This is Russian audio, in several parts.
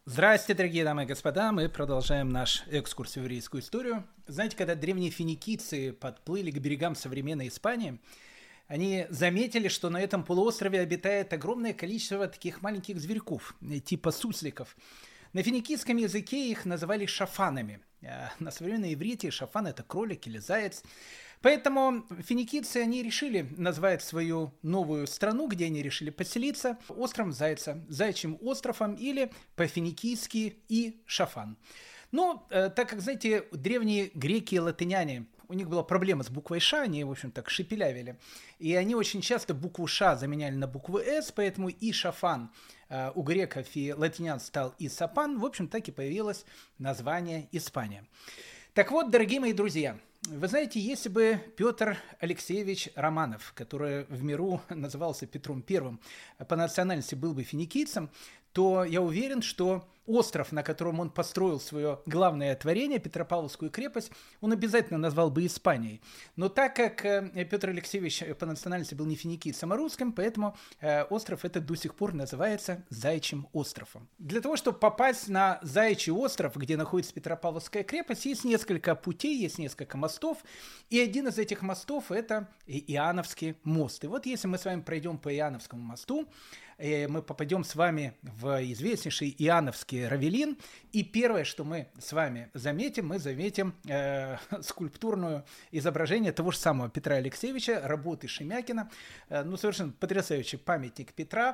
Здрасте, дорогие дамы и господа, мы продолжаем наш экскурс в еврейскую историю. Знаете, когда древние финикийцы подплыли к берегам современной Испании, они заметили, что на этом полуострове обитает огромное количество таких маленьких зверьков, типа сусликов. На финикийском языке их называли шафанами. На современном иврите шафан – это кролик или заяц. Поэтому финикийцы, они решили назвать свою новую страну, где они решили поселиться, островом Зайца, Заячьим островом или по-финикийски и Шафан. Но так как, знаете, древние греки и латыняне, у них была проблема с буквой «ш», они, в общем, так шепелявили. И они очень часто букву «ш» заменяли на букву «с», поэтому и «шафан» у греков и латинян стал и «сапан». В общем, так и появилось название Испания. Так вот, дорогие мои друзья, вы знаете, если бы Петр Алексеевич Романов, который в миру назывался Петром I, по национальности был бы финикийцем, то я уверен, что остров, на котором он построил свое главное творение, Петропавловскую крепость, он обязательно назвал бы Испанией. Но так как Петр Алексеевич по национальности был не финикийцем, а русским, поэтому остров этот до сих пор называется Заячьим островом. Для того, чтобы попасть на Заячий остров, где находится Петропавловская крепость, есть несколько путей, есть несколько мостов, и один из этих мостов – это Иоанновский мост. И вот если мы с вами пройдем по Иоанновскому мосту, мы попадем с вами в известнейший Иоанновский Равелин, и первое, что мы с вами заметим, мы заметим скульптурное изображение того же самого Петра Алексеевича, работы Шемякина, совершенно потрясающий памятник Петра.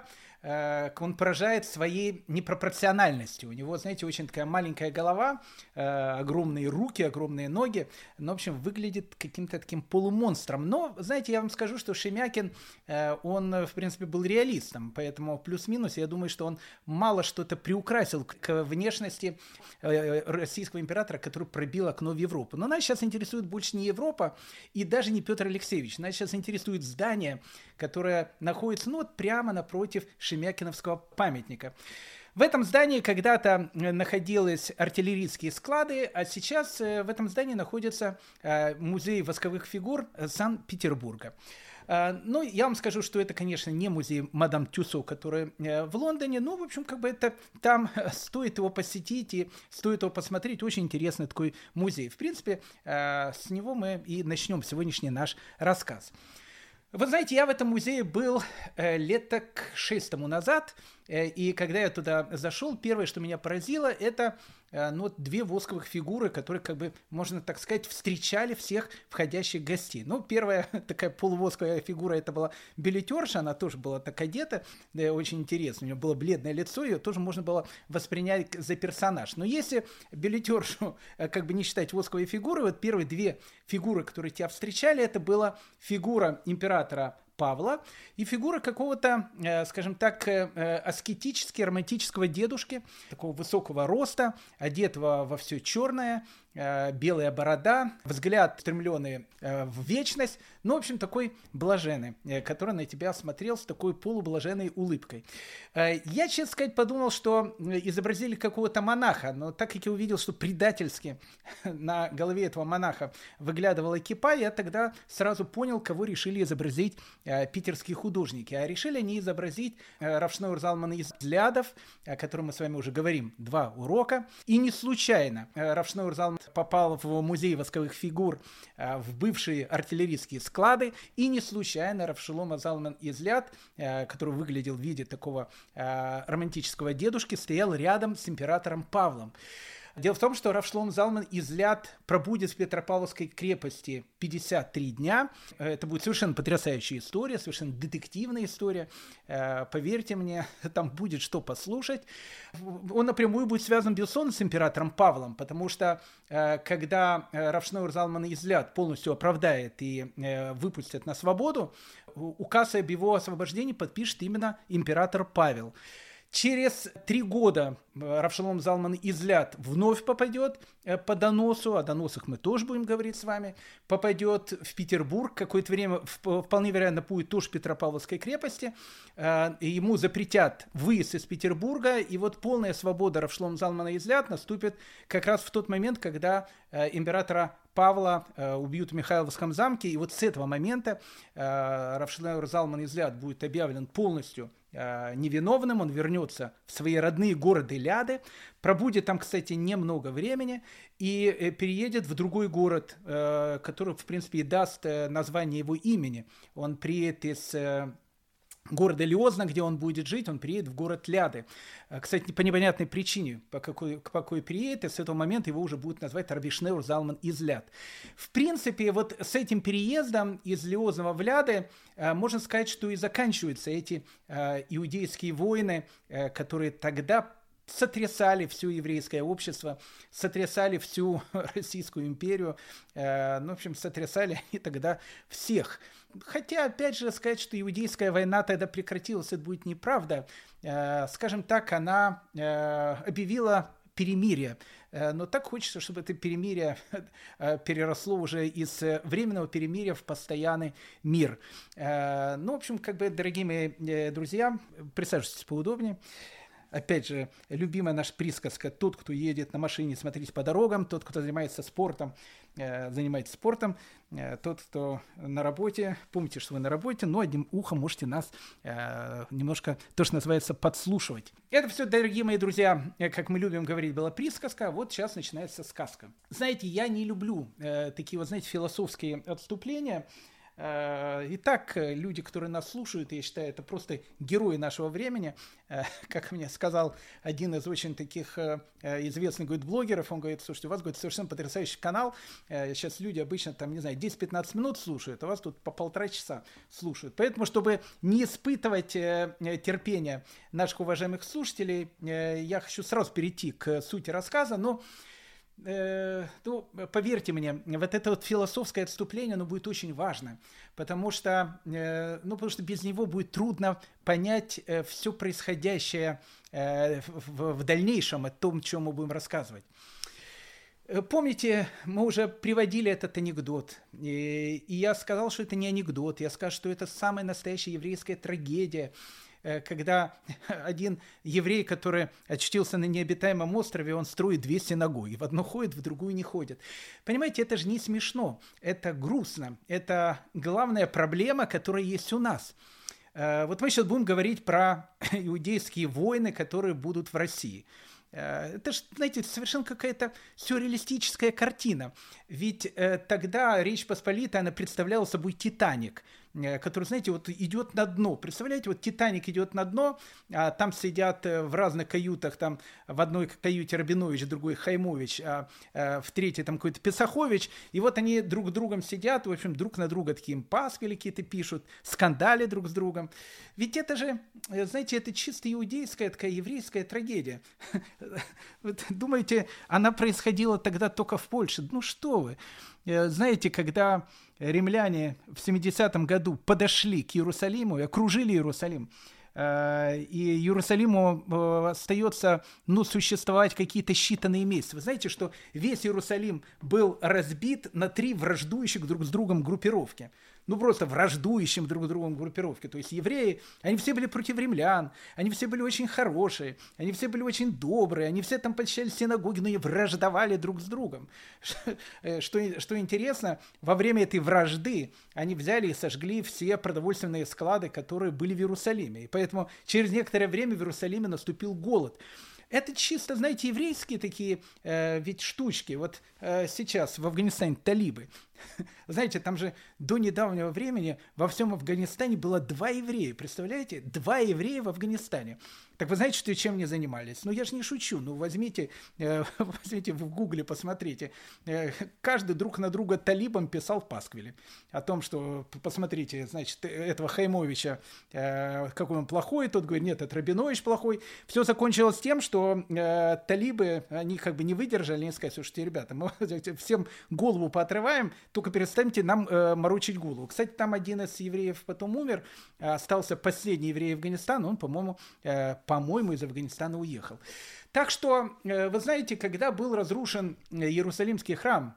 Он поражает своей непропорциональностью. У него, знаете, очень такая маленькая голова, огромные руки, огромные ноги, в общем, выглядит каким-то таким полумонстром. Но, знаете, я вам скажу, что Шемякин, он, в принципе, был реалистом, поэтому плюс-минус, я думаю, что он мало что-то приукрасил к внешности российского императора, который пробил окно в Европу. Но нас сейчас интересует больше не Европа и даже не Петр Алексеевич. Нас сейчас интересует здание, которое находится прямо напротив Шемякиновского памятника. В этом здании когда-то находились артиллерийские склады, а сейчас в этом здании находится музей восковых фигур Санкт-Петербурга. Я вам скажу, что это, конечно, не музей мадам Тюссо, который в Лондоне, в общем, это там стоит его посетить и стоит его посмотреть. Очень интересный такой музей. В принципе, с него мы и начнем сегодняшний наш рассказ. Вы знаете, я в этом музее был лет так 6 тому назад, и когда я туда зашел, первое, что меня поразило, это две восковых фигуры, которые, можно так сказать, встречали всех входящих гостей. Первая такая полувосковая фигура, это была билетерша, она тоже была так одета, очень интересно, у нее было бледное лицо, ее тоже можно было воспринять за персонаж. Но если билетершу не считать восковой фигурой, первые две фигуры, которые тебя встречали, это была фигура императора Павла и фигура какого-то, скажем так, аскетически романтического дедушки, такого высокого роста, одетого во все черное, белая борода, взгляд устремленный в вечность, в общем, такой блаженный, который на тебя смотрел с такой полублаженной улыбкой. Я, честно сказать, подумал, что изобразили какого-то монаха, но так как я увидел, что предательски на голове этого монаха выглядывала кипа, я тогда сразу понял, кого решили изобразить питерские художники. А решили они изобразить Равшнойр Залмана из «Взглядов», о котором мы с вами уже говорим, 2 урока. И не случайно Равшнойр Залман попал в музей восковых фигур в бывшие артиллерийские склады, и не случайно Рав Шломо Залман из «Взгляд», который выглядел в виде такого романтического дедушки, стоял рядом с императором Павлом. Дело в том, что Рав Шломо Залман из «Взгляд» пробудет в Петропавловской крепости 53 дня. Это будет совершенно потрясающая история, совершенно детективная история. Поверьте мне, там будет что послушать. Он напрямую будет связан, безусловно, с императором Павлом, потому что когда Рав Шломо Залман из «Взгляд» полностью оправдает и выпустит на свободу, указ об его освобождении подпишет именно император Павел. Через 3 года Рав Шломо Залман из «Взгляд» вновь попадет по доносу, о доносах мы тоже будем говорить с вами, попадет в Петербург, какое-то время, вполне вероятно, будет тоже в Петропавловской крепости, ему запретят выезд из Петербурга, и полная свобода Рав Шломо Залмана из «Взгляд» наступит как раз в тот момент, когда императора Павла убьют в Михайловском замке, и с этого момента Рав Шломо Залман из «Взгляд» будет объявлен полностью невиновным, он вернется в свои родные города Ляды, пробудет там, кстати, немного времени и переедет в другой город, который, в принципе, и даст название его имени. Он приедет из города Лиозна, где он будет жить, он приедет в город Ляды. Кстати, по непонятной причине, по какой приедет, и с этого момента его уже будут назвать Раби Шнeur Залман из Ляд. В принципе, вот с этим переездом из Лиозного в Ляды можно сказать, что и заканчиваются эти иудейские войны, которые тогда сотрясали все еврейское общество, сотрясали всю Российскую империю, в общем, сотрясали они тогда всех. Хотя, опять же, сказать, что иудейская война тогда прекратилась, это будет неправда. Скажем так, она объявила перемирие. Но так хочется, чтобы это перемирие переросло уже из временного перемирия в постоянный мир. В общем, дорогие мои друзья, присаживайтесь поудобнее. Опять же, любимая наша присказка: тот, кто едет на машине, смотрите по дорогам, тот, кто занимается спортом, тот, кто на работе, помните, что вы на работе, но одним ухом можете нас немножко, то, что называется, подслушивать. Это все, дорогие мои друзья, как мы любим говорить, была присказка, вот сейчас начинается сказка. Знаете, я не люблю такие вот, знаете, философские отступления. Итак, люди, которые нас слушают, я считаю, это просто герои нашего времени. Как мне сказал один из очень таких известных, говорит, блогеров, он говорит: слушайте, у вас, говорит, совершенно потрясающий канал, сейчас люди обычно там, не знаю, 10-15 минут слушают, а вас тут по 1,5 часа слушают. Поэтому, чтобы не испытывать терпения наших уважаемых слушателей, я хочу сразу перейти к сути рассказа, но поверьте мне, вот это вот философское отступление, оно будет очень важно, потому что без него будет трудно понять все происходящее в дальнейшем, о том, чем мы будем рассказывать. Помните, мы уже приводили этот анекдот, и я сказал, что это не анекдот, я сказал, что это самая настоящая еврейская трагедия, когда один еврей, который очутился на необитаемом острове, он строит 2 синагоги. В одну ходит, в другую не ходит. Понимаете, это же не смешно, это грустно. Это главная проблема, которая есть у нас. Вот мы сейчас будем говорить про иудейские войны, которые будут в России. Это же, знаете, совершенно какая-то сюрреалистическая картина. Ведь тогда Речь Посполитая, она представляла собой «Титаник», который, знаете, вот идет на дно. Представляете, вот «Титаник» идет на дно, а там сидят в разных каютах, там в одной каюте Рабинович, в другой Хаймович, а в третьей там какой-то Песахович, и вот они друг с другом сидят, в общем, друг на друга такие пасквили какие-то пишут, скандали друг с другом. Ведь это же, знаете, это чисто иудейская, такая еврейская трагедия. Вы думаете, она происходила тогда только в Польше? Ну что вы? Знаете, когда римляне в 70-м году подошли к Иерусалиму и окружили Иерусалим, и Иерусалиму остается существовать какие-то считанные месяцы. Вы знаете, что весь Иерусалим был разбит на 3 враждующих друг с другом группировки. Просто враждующим друг с другом группировки. То есть евреи, они все были против римлян, они все были очень хорошие, они все были очень добрые, они все там посещали синагоги, но и враждовали друг с другом. Что интересно, во время этой вражды они взяли и сожгли все продовольственные склады, которые были в Иерусалиме. И поэтому через некоторое время в Иерусалиме наступил голод. Это чисто, знаете, еврейские такие ведь штучки. Вот сейчас в Афганистане талибы. Знаете, там же до недавнего времени во всем Афганистане было 2 еврея. Представляете? 2 еврея в Афганистане. Так вы знаете, чем они занимались? Я же не шучу. Возьмите в гугле, посмотрите. Каждый друг на друга талибам писал в пасквиле о том, что, посмотрите, значит, этого Хаймовича, какой он плохой. Тот говорит: нет, это Рабинович плохой. Все закончилось тем, что талибы, они не выдержали, они сказали: слушайте, ребята, мы всем голову поотрываем, только перестаньте нам морочить голову. Кстати, там один из евреев потом умер, остался последний еврей Афганистана, он, по-моему, из Афганистана уехал. Так что, вы знаете, когда был разрушен Иерусалимский храм,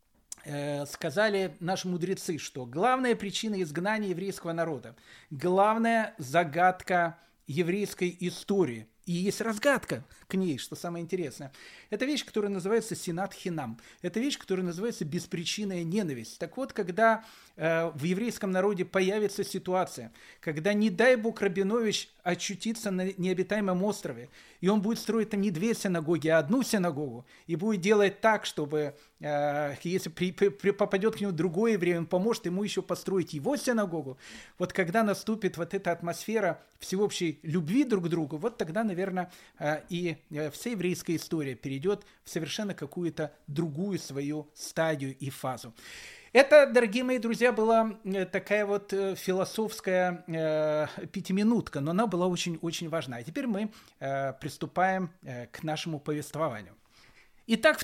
сказали наши мудрецы, что главная причина изгнания еврейского народа, главная загадка еврейской истории И есть разгадка к ней, что самое интересное. Это вещь, которая называется синат хинам. Это вещь, которая называется беспричинная ненависть. Так вот, когда в еврейском народе появится ситуация, когда, не дай бог, Рабинович очутится на необитаемом острове, и он будет строить там не 2 синагоги, а 1 синагогу, и будет делать так, чтобы, если попадет к нему другой еврей, он поможет ему еще построить его синагогу. Вот когда наступит вот эта атмосфера всеобщей любви друг к другу, вот тогда, наверное, и вся еврейская история перейдет в совершенно какую-то другую свою стадию и фазу. Это, дорогие мои друзья, была такая вот философская пятиминутка, но она была очень-очень важна. А теперь мы приступаем к нашему повествованию. Итак, в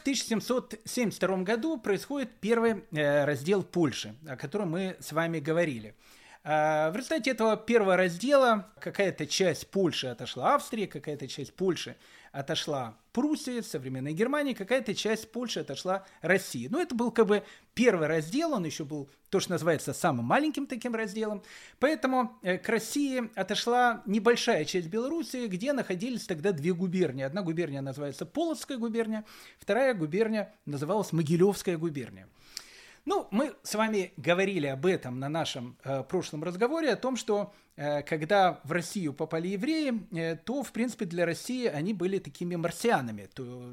1772 году происходит первый раздел Польши, о котором мы с вами говорили. В результате этого первого раздела какая-то часть Польши отошла Австрии, какая-то часть Польши отошла Пруссии, современной Германии, какая-то часть Польши отошла России. Но это был как бы первый раздел, он еще был то, что называется самым маленьким таким разделом. Поэтому к России отошла небольшая часть Белоруссии, где находились тогда 2 губернии. Одна губерния называется Полоцкая губерния, вторая губерния называлась Могилевская губерния. Ну, мы с вами говорили об этом на нашем прошлом разговоре, о том, что когда в Россию попали евреи, то, в принципе, для России они были такими марсианами.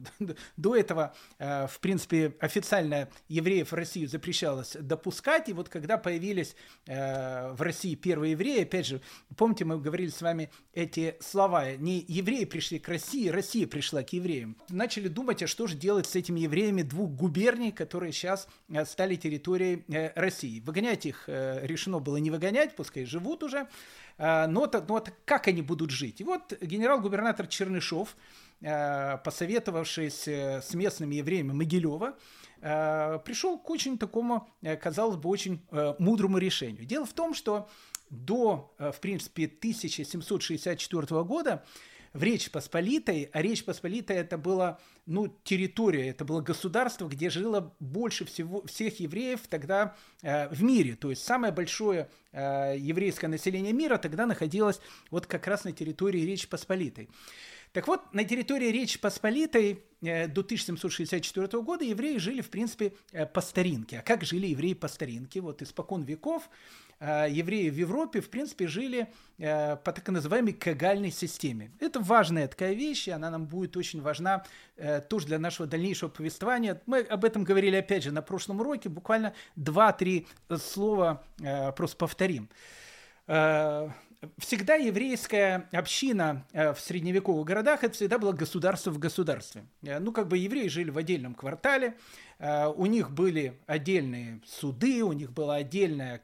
До этого, в принципе, официально евреев в Россию запрещалось допускать. И вот когда появились в России первые евреи, опять же, помните, мы говорили с вами эти слова, не евреи пришли к России, Россия пришла к евреям. Начали думать, а что же делать с этими евреями 2 губерний, которые сейчас стали территорией России. Выгонять их решено было не выгонять, пускай живут уже. Но как они будут жить? И вот генерал-губернатор Чернышов, посоветовавшись с местными евреями Могилева, пришел к очень такому, казалось бы, очень мудрому решению. Дело в том, что до, в принципе, 1764 года в Речь Посполитой, а Речь Посполитая это была территория, это было государство, где жило больше всех евреев тогда в мире. То есть самое большое еврейское население мира тогда находилось вот как раз на территории Речи Посполитой. Так вот, на территории Речи Посполитой до 1764 года евреи жили, в принципе, по старинке. А как жили евреи по старинке? Вот испокон веков евреи в Европе, в принципе, жили по так называемой кагальной системе. Это важная такая вещь, и она нам будет очень важна тоже для нашего дальнейшего повествования. Мы об этом говорили, опять же, на прошлом уроке, буквально 2-3 слова просто повторим. Всегда еврейская община в средневековых городах, это всегда было государство в государстве. Евреи жили в отдельном квартале, у них были отдельные суды, у них было отдельное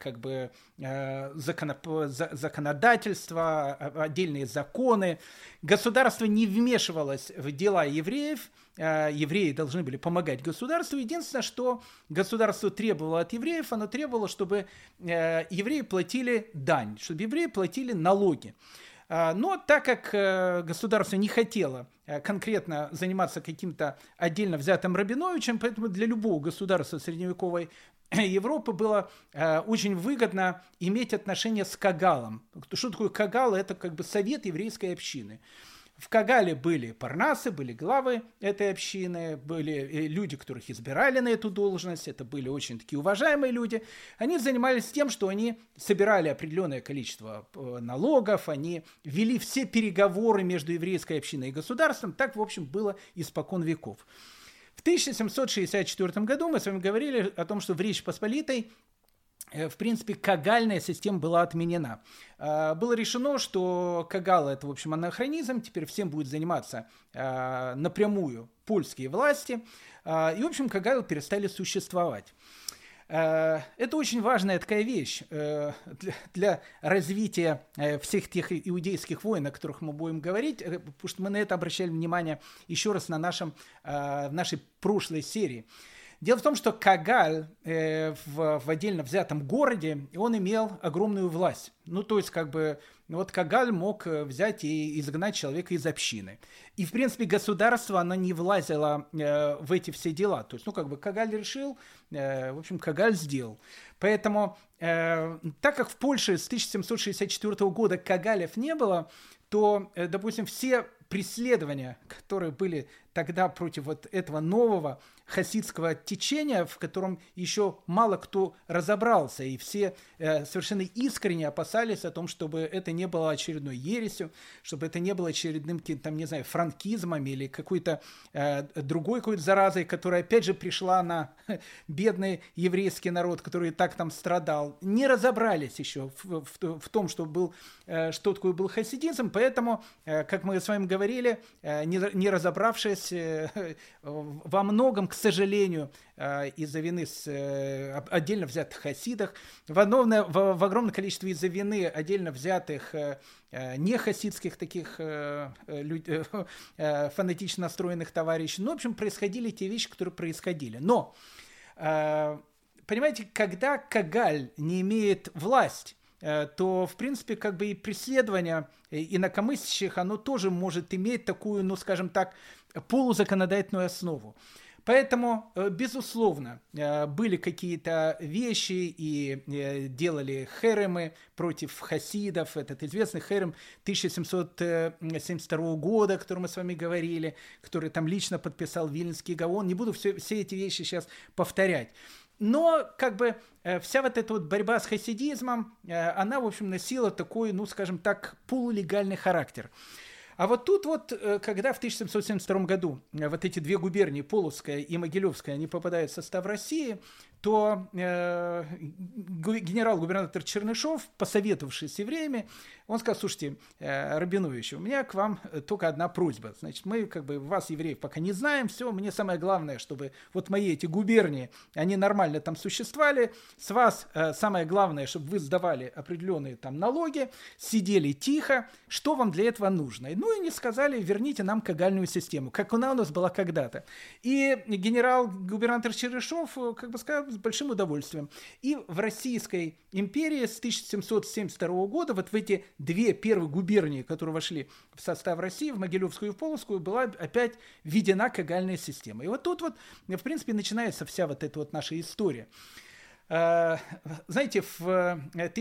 законодательство, отдельные законы. Государство не вмешивалось в дела евреев, евреи должны были помогать государству. Единственное, что государство требовало от евреев, оно требовало, чтобы евреи платили дань, чтобы евреи платили налоги. Но так как государство не хотело конкретно заниматься каким-то отдельно взятым Рабиновичем, поэтому для любого государства средневековой Европы было очень выгодно иметь отношения с кагалом. Что такое кагал? Это совет еврейской общины. В Кагале были парнасы, были главы этой общины, были люди, которых избирали на эту должность, это были очень такие уважаемые люди. Они занимались тем, что они собирали определенное количество налогов, они вели все переговоры между еврейской общиной и государством. Так, в общем, было испокон веков. В 1764 году мы с вами говорили о том, что в Речи Посполитой в принципе, кагальная система была отменена. Было решено, что кагал – это, в общем, анахронизм, теперь всем будет заниматься напрямую польские власти, и, в общем, кагалы перестали существовать. Это очень важная такая вещь для развития всех тех иудейских войн, о которых мы будем говорить, потому что мы на это обращали внимание еще раз в нашей прошлой серии. Дело в том, что Кагаль в отдельно взятом городе, он имел огромную власть. Кагаль мог взять и изгнать человека из общины. И, в принципе, государство, оно не влазило в эти все дела. То есть, Кагаль решил, в общем, Кагаль сделал. Поэтому, так как в Польше с 1764 года Кагалев не было, то, допустим, все преследования, которые были тогда против вот этого нового хасидского течения, в котором еще мало кто разобрался, и все совершенно искренне опасались о том, чтобы это не было очередной ересью, чтобы это не было очередным, там, не знаю, франкизмом или какой-то другой какой-то заразой, которая опять же пришла на бедный еврейский народ, который и так там страдал. Не разобрались еще в том, что такое был хасидизм, поэтому, как мы с вами говорили, не разобравшись во многом, к сожалению, из-за вины отдельно взятых хасидах, в огромном количестве из-за вины отдельно взятых нехасидских таких фанатично настроенных товарищей. Ну, в общем, происходили те вещи, которые происходили. Но, понимаете, когда Кагаль не имеет власть, то, в принципе, как бы и преследование инакомыслящих, оно тоже может иметь такую, ну, скажем так, полузаконодательную основу. Поэтому, безусловно, были какие-то вещи и делали херемы против хасидов. Этот известный херем 1772 года, о котором мы с вами говорили, который там лично подписал Вильнский Гаон. Не буду все эти вещи сейчас повторять. Но, как бы, вся вот эта вот борьба с хасидизмом, она, в общем, носила такой, ну, скажем так, полулегальный характер. А вот тут вот, когда в 1772 году вот эти две губернии, Полоцкая и Могилевская, они попадают в состав России, то генерал-губернатор Чернышов, посоветовавшись с евреями, он сказал: слушайте, Рабинович, у меня к вам только одна просьба. Значит, мы как бы вас, евреев, пока не знаем, все, мне самое главное, чтобы вот мои эти губернии, они нормально там существовали. С вас самое главное, чтобы вы сдавали определенные там налоги, сидели тихо. Что вам для этого нужно? Ну и не сказали: верните нам кагальную систему, как она у нас была когда-то. И генерал-губернатор Чернышов как бы сказал: с большим удовольствием. И в Российской империи с 1772 года вот в эти две первые губернии, которые вошли в состав России, в Могилевскую и в Полоцкую, была опять введена кагальная система. И вот тут вот, в принципе, начинается вся вот эта вот наша история. Знаете, в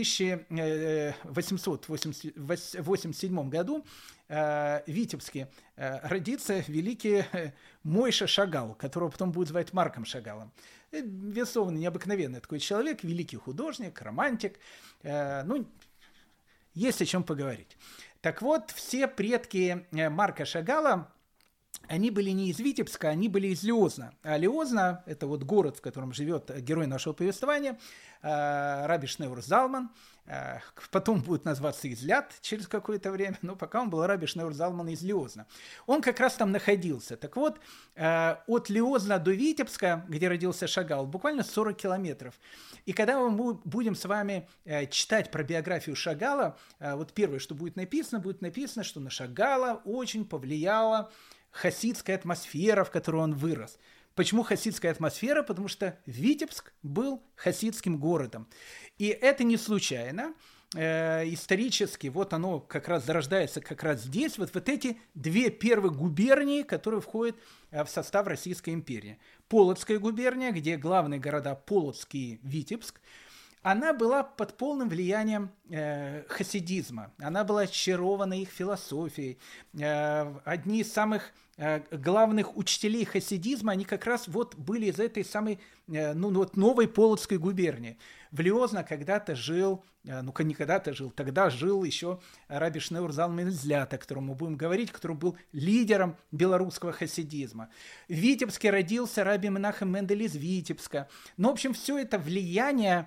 1887 году в Витебске родится великий Мойша Шагал, которого потом будут звать Марком Шагалом. Весовный, необыкновенный такой человек, великий художник, романтик. Ну, есть о чем поговорить. Так вот, все предки Марка Шагала, они были не из Витебска, они были из Лиозна. А Лиозна – это вот город, в котором живет герой нашего повествования, Раби Шнеур Залман. Потом будет называться Излят через какое-то время, но пока он был Раби Шнеур Залман из Лиозна. Он как раз там находился. Так вот, от Лиозна до Витебска, где родился Шагал, буквально 40 километров. И когда мы будем с вами читать про биографию Шагала, вот первое, что будет написано, что на Шагала очень повлияла хасидская атмосфера, в которой он вырос. Почему хасидская атмосфера? Потому что Витебск был хасидским городом. И это не случайно. Исторически вот оно как раз зарождается как раз здесь, вот эти две первые губернии, которые входят в состав Российской империи. Полоцкая губерния, где главные города Полоцк и Витебск, она была под полным влиянием хасидизма. Она была очарована их философией. Одни из самых главных учителей хасидизма, они как раз вот были из этой самой новой Полоцкой губернии. В Лиозно когда-то жил, тогда жил еще Раби Шнеур Залман Излят, о котором мы будем говорить, который был лидером белорусского хасидизма. В Витебске родился Раби Менахем Мендель из Витебска. Но, в общем, все это влияние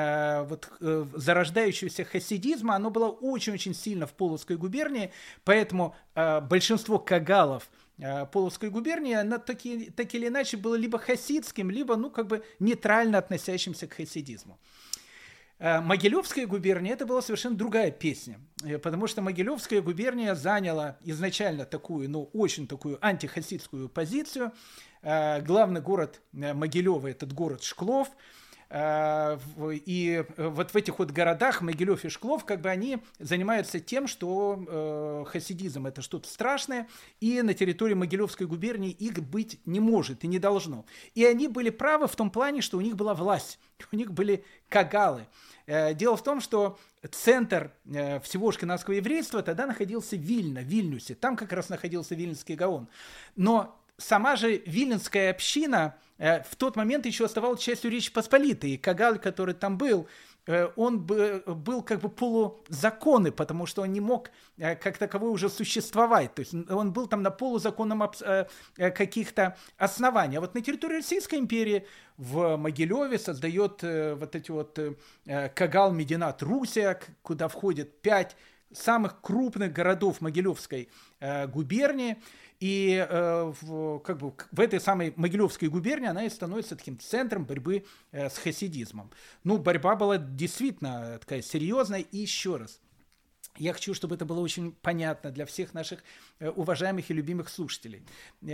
зарождающегося хасидизма, оно было очень-очень сильно в Полоцкой губернии, поэтому большинство кагалов Полоцкой губернии, она так или иначе было либо хасидским, либо, нейтрально относящимся к хасидизму. Могилевская губерния – это была совершенно другая песня, потому что Могилевская губерния заняла изначально очень такую антихасидскую позицию. Главный город Могилева – этот город Шклов. И вот в этих вот городах, Могилев и Шклов, как бы они занимаются тем, что хасидизм — это что-то страшное, и на территории Могилевской губернии их быть не может и не должно. И они были правы в том плане, что у них была власть, у них были кагалы. Дело в том, что центр всего ашкеназского еврейства тогда находился в Вильнюсе. Там как раз находился Вильнюсский Гаон. Но сама же виленская община в тот момент еще оставалась частью Речи Посполитой. И Кагаль, который там был, он был как бы полузаконный, потому что он не мог как таковой уже существовать. То есть он был там на полузаконном каких-то основаниях. А вот на территории Российской империи в Могилеве создает вот эти вот Кагал Мединат Русия, куда входит 5 самых крупных городов Могилевской губернии. И как бы в этой самой Могилевской губернии она и становится таким центром борьбы с хасидизмом. Ну, борьба была действительно такая серьезная. И еще раз, я хочу, чтобы это было очень понятно для всех наших уважаемых и любимых слушателей.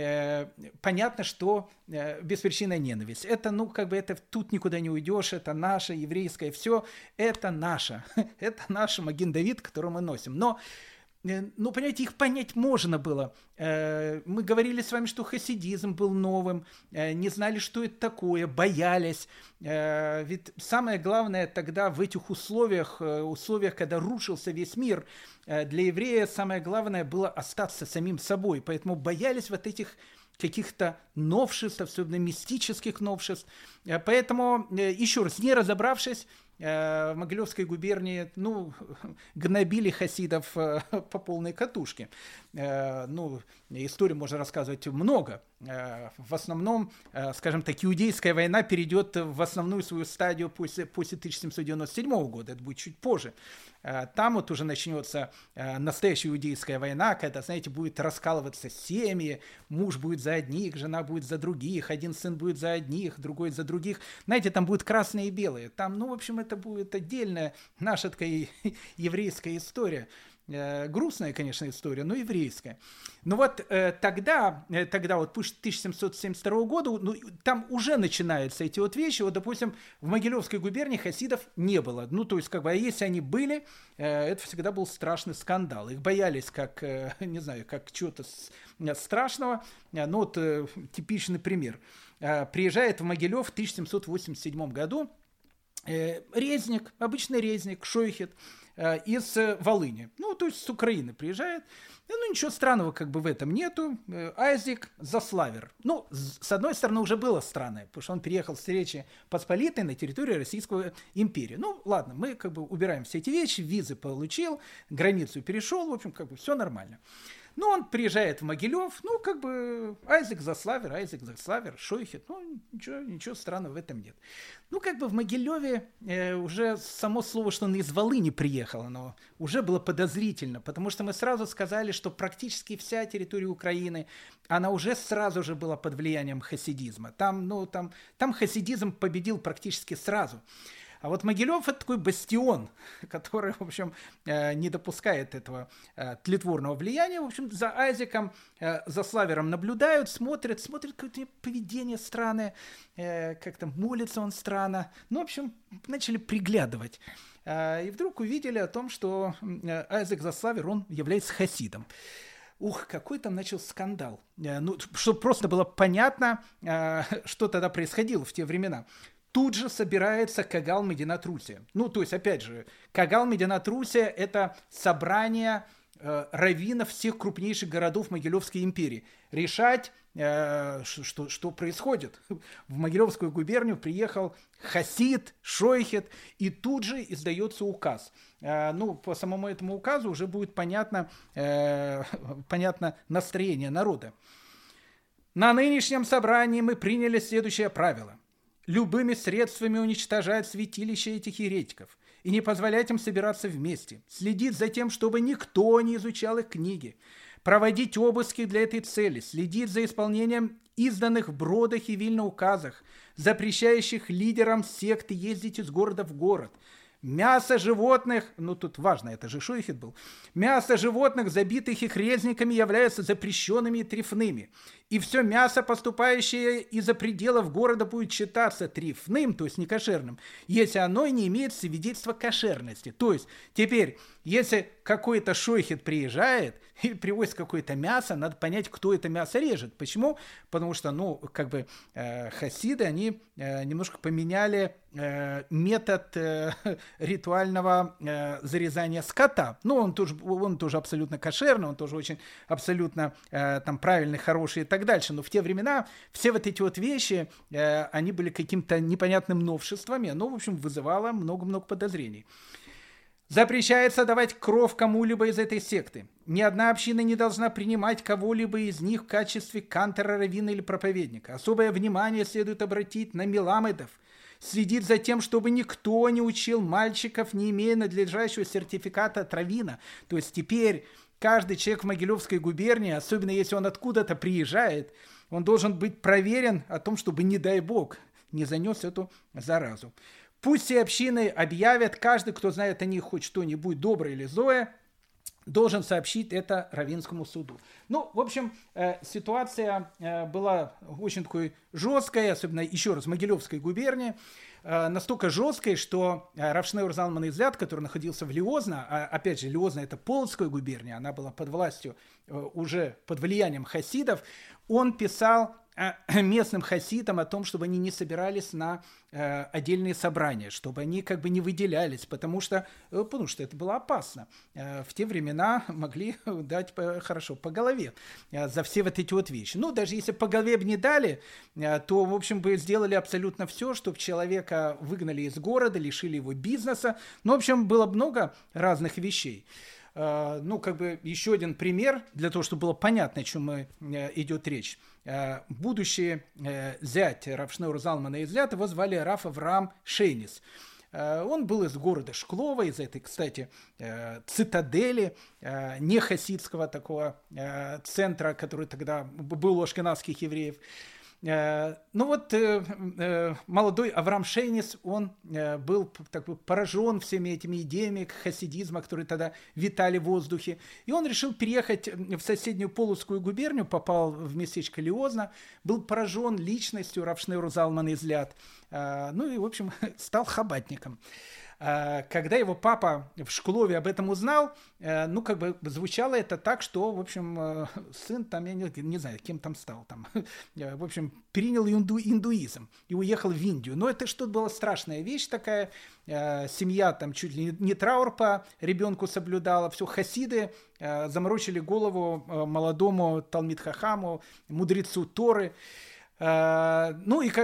Понятно, что беспричинная ненависть. Это, ну, как бы это тут никуда не уйдешь, это наше еврейское все, это наше. Это наш Маген Давид, который мы носим. Но ну, понимаете, их понять можно было. Мы говорили с вами, что хасидизм был новым, не знали, что это такое, боялись. Ведь самое главное тогда в этих условиях, когда рушился весь мир, для еврея самое главное было остаться самим собой. Поэтому боялись вот этих каких-то новшеств, особенно мистических новшеств. Поэтому, еще раз, не разобравшись, в Могилевской губернии, ну, гнобили хасидов по полной катушке. Ну, историю можно рассказывать много. В основном, скажем так, иудейская война перейдет в основную свою стадию после 1797 года. Это будет чуть позже. Там вот уже начнется настоящая иудейская война, когда, знаете, будет раскалываться семьи, муж будет за одних, жена будет за других, один сын будет за одних, другой за других. Знаете, там будут красные и белые. Там, ну, в общем, это будет отдельная наша такая еврейская история. Грустная, конечно, история, но еврейская. Но вот тогда вот после 1772 года, ну, там уже начинаются эти вот вещи. Вот, допустим, в Могилевской губернии хасидов не было. Ну, то есть, как бы, а если они были, это всегда был страшный скандал. Их боялись как, не знаю, как чего-то страшного. Ну, вот типичный пример. Приезжает в Могилев в 1787 году резник, обычный резник, шойхет, из Волыни, ну, то есть с Украины приезжает. Ну, ничего странного как бы в этом нету. Айзек Заславер. Ну, с одной стороны, уже было странное, потому что он переехал с Речи Посполитой на территорию Российской империи. Ну, ладно, мы как бы убираем все эти вещи, визы получил, границу перешел, в общем, как бы все нормально. Ну, он приезжает в Могилев, ну, как бы Айзек Заславер, шойхет, ну, ничего странного в этом нет. Ну, как бы в Могилеве уже само слово, что он из Волыни приехал, оно уже было подозрительно, потому что мы сразу сказали, что практически вся территория Украины, она уже сразу же была под влиянием хасидизма. Там хасидизм победил практически сразу. А вот Могилев — это такой бастион, который, в общем, не допускает этого тлетворного влияния. В общем, за Айзеком, за Славером наблюдают, смотрят какое-то поведение странное, как-то молится он странно. Ну, в общем, начали приглядывать. И вдруг увидели о том, что Айзек Заславер, он является хасидом. Ух, какой там начался скандал. Ну, чтобы просто было понятно, что тогда происходило в те времена. Тут же собирается Кагал Мединат Русия. Ну, то есть, опять же, Кагал Мединат Русия — это собрание раввинов всех крупнейших городов Могилевской империи. Решать, что происходит. В Могилевскую губернию приехал хасид, шойхет, и тут же издается указ. Ну, по самому этому указу уже будет понятно настроение народа. На нынешнем собрании мы приняли следующее правило. Любыми средствами уничтожать святилища этих еретиков и не позволять им собираться вместе, следить за тем, чтобы никто не изучал их книги, проводить обыски для этой цели, следить за исполнением изданных в Бродах и Вильно указах, запрещающих лидерам секты ездить из города в город. Мясо животных, ну тут важно, это же шойхет был, мясо животных, забитых их резниками, являются запрещенными и трефными. и все мясо, поступающее из-за пределов города, будет считаться трифным, то есть некошерным, если оно не имеет свидетельства кошерности. То есть теперь, если какой-то шойхет приезжает или привозит какое-то мясо, надо понять, кто это мясо режет. Почему? Потому что, хасиды, они немножко поменяли метод ритуального зарезания скота. Он тоже абсолютно кошерный, он тоже очень абсолютно там правильный, хороший и так дальше. Но в те времена все вот эти вот вещи, они были каким-то непонятным новшеством, и оно, в общем, вызывало много-много подозрений. Запрещается давать кров кому-либо из этой секты. Ни одна община не должна принимать кого-либо из них в качестве кантора, раввина или проповедника. Особое внимание следует обратить на меламедов. Следить за тем, чтобы никто не учил мальчиков, не имея надлежащего сертификата от раввина. То есть теперь каждый человек в Могилевской губернии, особенно если он откуда-то приезжает, он должен быть проверен о том, чтобы, не дай бог, не занес эту заразу. Пусть все общины объявят, каждый, кто знает о них хоть что-нибудь доброе или злое, должен сообщить это раввинскому суду. В общем, ситуация была очень такой жесткой, особенно, еще раз, в Могилевской губернии, настолько жесткой, что Рав Шнeur Залман из-Ляд, который находился в Лиозно, опять же, Лиозно — это Полоцкая губерния, она была под властью, уже под влиянием хасидов, он писал местным хасидам о том, чтобы они не собирались на отдельные собрания, чтобы они как бы не выделялись, потому что это было опасно. В те времена могли дать хорошо по голове за все вот эти вот вещи. Даже если по голове бы не дали, то, в общем, бы сделали абсолютно все, чтобы человека выгнали из города, лишили его бизнеса. В общем, было много разных вещей. Еще один пример, для того, чтобы было понятно, о чем идет речь. Будущий зять Рав Шнeur Залмана из-Ляд, его звали Рав Авраам Шейнис. Он был из города Шклова, из этой, кстати, цитадели, не хасидского такого центра, который тогда был у ашкеназских евреев. Молодой Авраам Шейнис, он был поражен всеми этими идеями хасидизма, которые тогда витали в воздухе, и он решил переехать в соседнюю Полоцкую губернию, попал в местечко Лиозно, был поражен личностью Рав Шнeur Залмана из-Ляд, в общем, стал хабатником. Когда его папа в Шклове об этом узнал, звучало это так, что, в общем, сын там, я не знаю, кем там стал, там, в общем, принял индуизм и уехал в Индию. Но это что-то была страшная вещь такая, семья там чуть ли не траур по ребенку соблюдала, все, хасиды заморочили голову молодому Талмид Хахаму, мудрецу Торы. С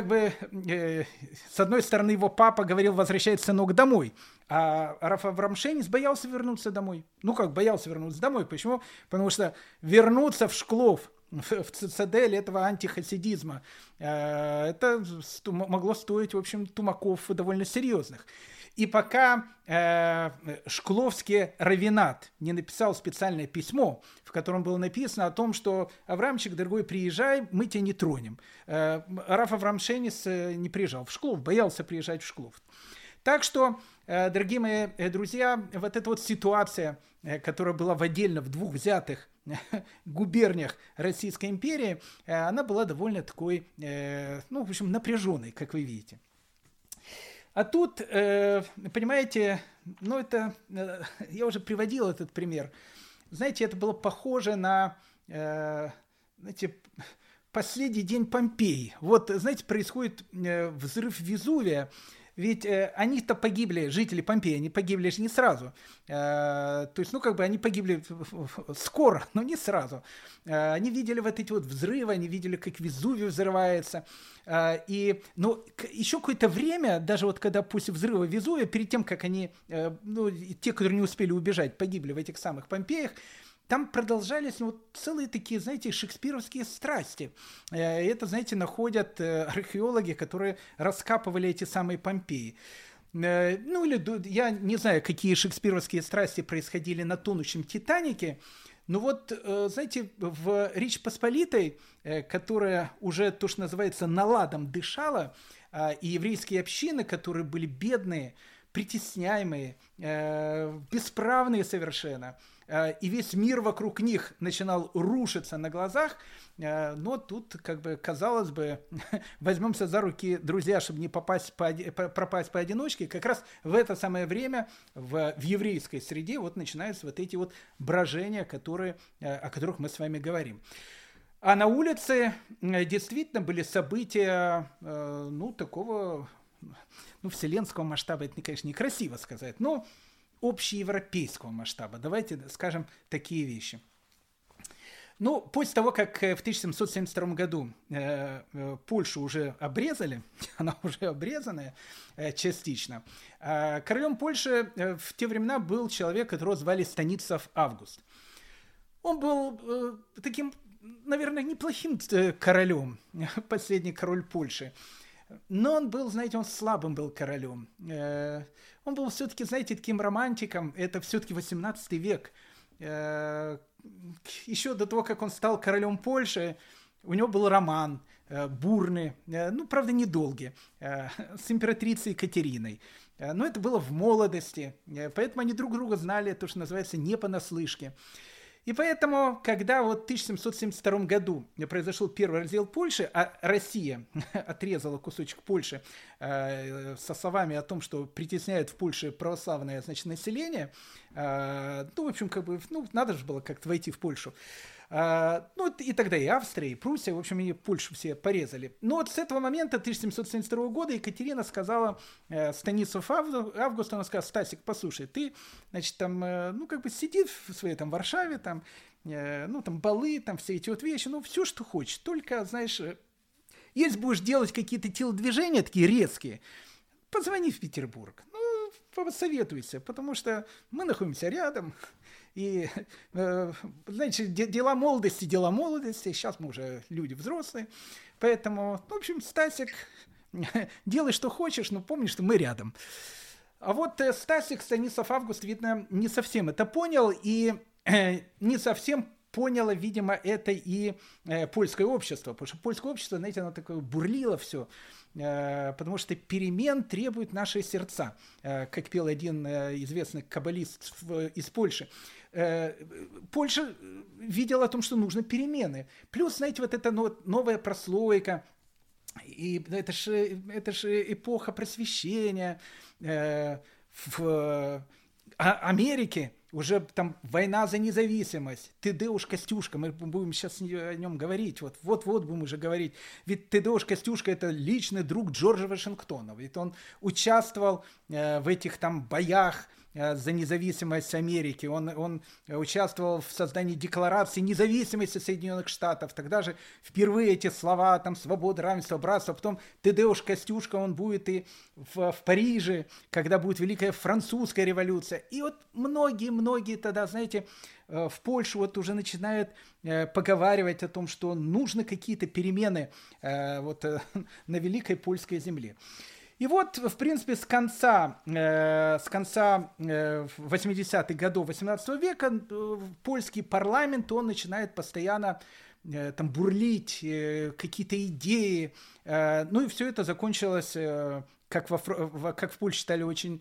одной стороны, его папа говорил: возвращайся, сынок, домой. А Рав Авраам Шейнис боялся вернуться домой. Боялся вернуться домой. Почему? Потому что вернуться в Шклов, в цитадель этого антихасидизма, это могло стоить, в общем, тумаков довольно серьезных. И пока шкловский раввинат не написал специальное письмо, в котором было написано о том, что: Авраамчик, дорогой, приезжай, мы тебя не тронем. Рав Авраам Шейнис не приезжал в Шклов, боялся приезжать в Шклов. Так что, дорогие мои друзья, вот эта вот ситуация, которая была в двух взятых губерниях Российской империи, она была довольно такой, в общем, напряженной, как вы видите. А тут, понимаете, я уже приводил этот пример. Знаете, это было похоже на, последний день Помпеи. Вот, знаете, происходит взрыв Везувия. Ведь они-то погибли, жители Помпеи, они погибли же не сразу. То есть, они погибли скоро, но не сразу. Они видели вот эти вот взрывы, они видели, как Везувий взрывается. Еще какое-то время, даже вот когда после взрыва Везувия, перед тем, как они, те, которые не успели убежать, погибли в этих самых Помпеях, там продолжались целые такие, знаете, шекспировские страсти. Это, знаете, находят археологи, которые раскапывали эти самые Помпеи. Я не знаю, какие шекспировские страсти происходили на тонущем Титанике, но знаете, в Речь Посполитой, которая уже, то, что называется, наладом дышала, и еврейские общины, которые были бедные, притесняемые, бесправные совершенно. И весь мир вокруг них начинал рушиться на глазах. Но тут, как бы, казалось бы, возьмемся за руки, друзья, чтобы не пропасть поодиночке. Как раз в это самое время в еврейской среде вот начинаются вот эти вот брожения, о которых мы с вами говорим. А на улице действительно были события, такого, вселенского масштаба. Это, конечно, некрасиво сказать, но общеевропейского масштаба. Давайте скажем такие вещи. После того, как в 1772 году Польшу уже обрезали, она уже обрезанная частично, королем Польши в те времена был человек, которого звали Станислав Август. Он был таким, наверное, неплохим королем, последний король Польши. Но он был, знаете, он слабым был королем. Он был все-таки, знаете, таким романтиком. Это все-таки 18 век. Еще до того, как он стал королем Польши, у него был роман бурный, правда, недолгий, с императрицей Екатериной. Но это было в молодости, поэтому они друг друга знали, то, что называется, не понаслышке. И поэтому, когда вот в 1772 году произошел первый раздел Польши, а Россия отрезала кусочек Польши со словами о том, что притесняют в Польше православное, население, в общем, надо же было как-то войти в Польшу. И тогда и Австрия, и Пруссия, в общем, и Польшу все порезали. Но вот с этого момента, 1772 года, Екатерина сказала Станиславу Августу, она сказала: Стасик, послушай, ты, сиди в своей там Варшаве, балы, все эти вот вещи, все, что хочешь, только, знаешь, если будешь делать какие-то телодвижения такие резкие, позвони в Петербург, посоветуйся, потому что мы находимся рядом. И, знаете, дела молодости, сейчас мы уже люди взрослые, поэтому, в общем, Стасик, делай, что хочешь, но помни, что мы рядом. А вот Стасик, Станислав Август, видно, не совсем это понял, и не совсем поняло, видимо, это и польское общество, потому что польское общество, знаете, оно такое бурлило все, потому что перемен требуют наши сердца, как пел один известный каббалист из Польши. Польша видела о том, что нужны перемены. Плюс, знаете, вот эта новая прослойка, и это же эпоха просвещения. В Америке уже там война за независимость. Тадеуш Костюшка, мы будем сейчас о нем говорить, вот будем уже говорить. Ведь Тадеуш Костюшка — это личный друг Джорджа Вашингтона. Ведь он участвовал в этих там боях за независимость Америки. Он участвовал в создании Декларации независимости Соединенных Штатов. Тогда же впервые эти слова, там, свобода, равенство, братство. Потом Тадеуш Костюшка, он будет и в Париже, когда будет Великая Французская революция. И вот многие тогда, знаете, в Польше вот уже начинают поговаривать о том, что нужны какие-то перемены на Великой Польской земле. И вот, в принципе, с конца 80-х годов 18 века польский парламент, он начинает постоянно там бурлить, какие-то идеи. И все это закончилось, как в Польше считали, очень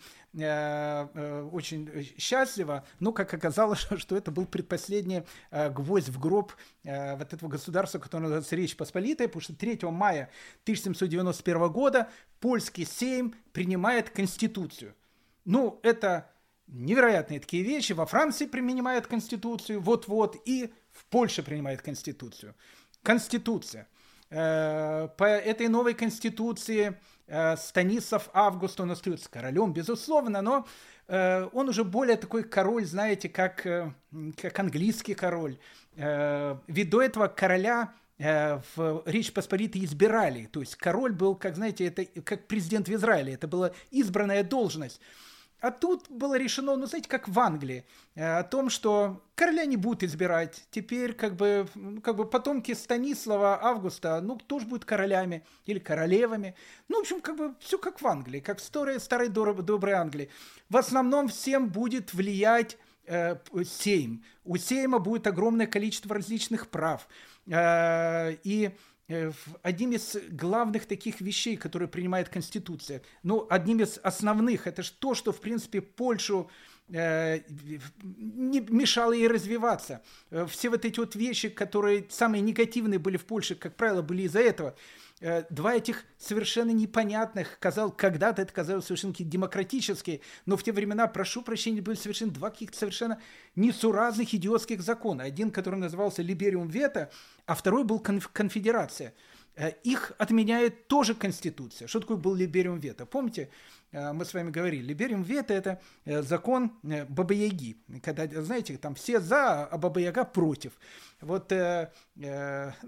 счастливо, но как оказалось, что это был предпоследний гвоздь в гроб вот этого государства, которое называется Речь Посполитая, потому что 3 мая 1791 года польский Сейм принимает Конституцию. Это невероятные такие вещи. Во Франции принимают Конституцию, и в Польше принимают Конституцию. Конституция. По этой новой Конституции Станислав Август, он остается королем, безусловно, но он уже более такой король, знаете, как английский король. Ведь до этого короля в Речь Посполитой избирали. То есть король был, как, знаете, это как президент в Израиле. Это была избранная должность. А тут было решено, знаете, как в Англии, о том, что короля не будут избирать. Теперь как бы потомки Станислава Августа, тоже будут королями или королевами. В общем, все как в Англии, как в старой доброй Англии. В основном всем будет влиять Сейм. У Сейма будет огромное количество различных прав. И одним из главных таких вещей, которые принимает Конституция, ну, одним из основных, это же то, что, в принципе, Польшу не мешало ей развиваться. Все вот эти вот вещи, которые самые негативные были в Польше, как правило, были из-за этого. Два этих совершенно непонятных, когда-то это казалось совершенно демократические, но в те времена, прошу прощения, были совершенно два каких-то совершенно несуразных идиотских закона. Один, который назывался «Либериум вето», а второй был «Конфедерация». Их отменяет тоже Конституция. Что такое был Либериум вето? Помните, мы с вами говорили, Либериум вето – это закон Бабы-Яги. Когда, знаете, там все за, а Баба-Яга против. Вот, знаете,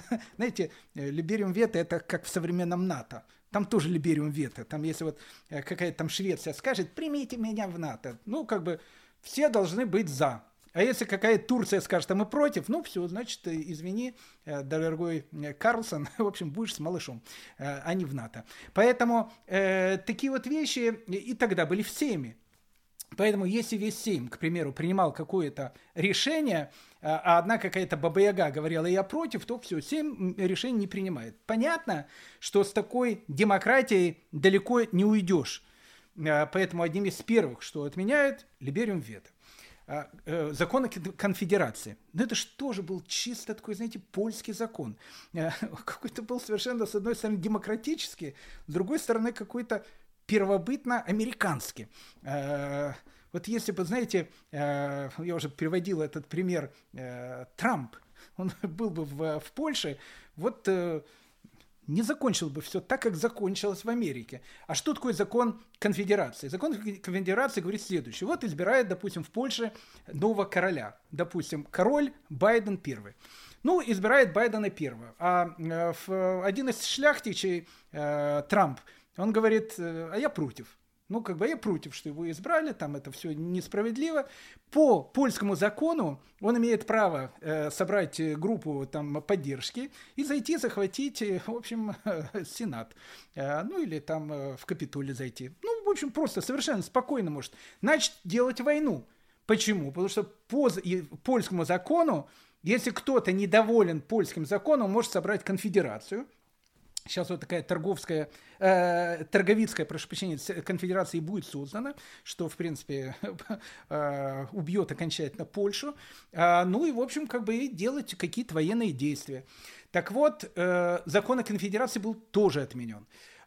Либериум вето – это как в современном НАТО. Там тоже Либериум вето. Там если вот какая-то там Швеция скажет, примите меня в НАТО, ну, как бы все должны быть за. А если какая-то Турция скажет, а мы против, ну все, значит, извини, дорогой Карлсон, в общем, будешь с малышом, а не в НАТО. Поэтому такие вот вещи и тогда были в Сейме. Поэтому если весь Сейм, к примеру, принимал какое-то решение, а одна какая-то Баба-Яга говорила «я против», то все, Сейм решений не принимает. Понятно, что с такой демократией далеко не уйдешь. Поэтому одним из первых, что отменяют, Либериум вето. Закон о конфедерации. Но это же тоже был чисто такой, знаете, польский закон. Какой-то был совершенно, с одной стороны, демократический, с другой стороны, какой-то первобытно-американский. Вот если бы, знаете, я уже приводил этот пример, Трамп, он был бы в Польше, вот не закончил бы все так, как закончилось в Америке. А что такое закон конфедерации? Закон конфедерации говорит следующее. Вот избирает, допустим, в Польше нового короля. Допустим, король Байден первый. Ну, избирает Байдена первого. А один из шляхтичей, Трамп, он говорит, а я против. Ну, как бы я против, что его избрали, там это все несправедливо. По польскому закону он имеет право собрать группу там поддержки и зайти, захватить, в общем, Сенат. Ну, или там в Капитолий зайти. Ну, в общем, просто совершенно спокойно может. Начать делать войну. Почему? Потому что по польскому закону, если кто-то недоволен польским законом, он может собрать конфедерацию. Сейчас вот такая торговицкая, прошу прощения, конфедерация будет создана, что, в принципе, убьет окончательно Польшу. Ну и, в общем, как бы и делать какие-то военные действия. Так вот, закон о конфедерации был тоже отменен.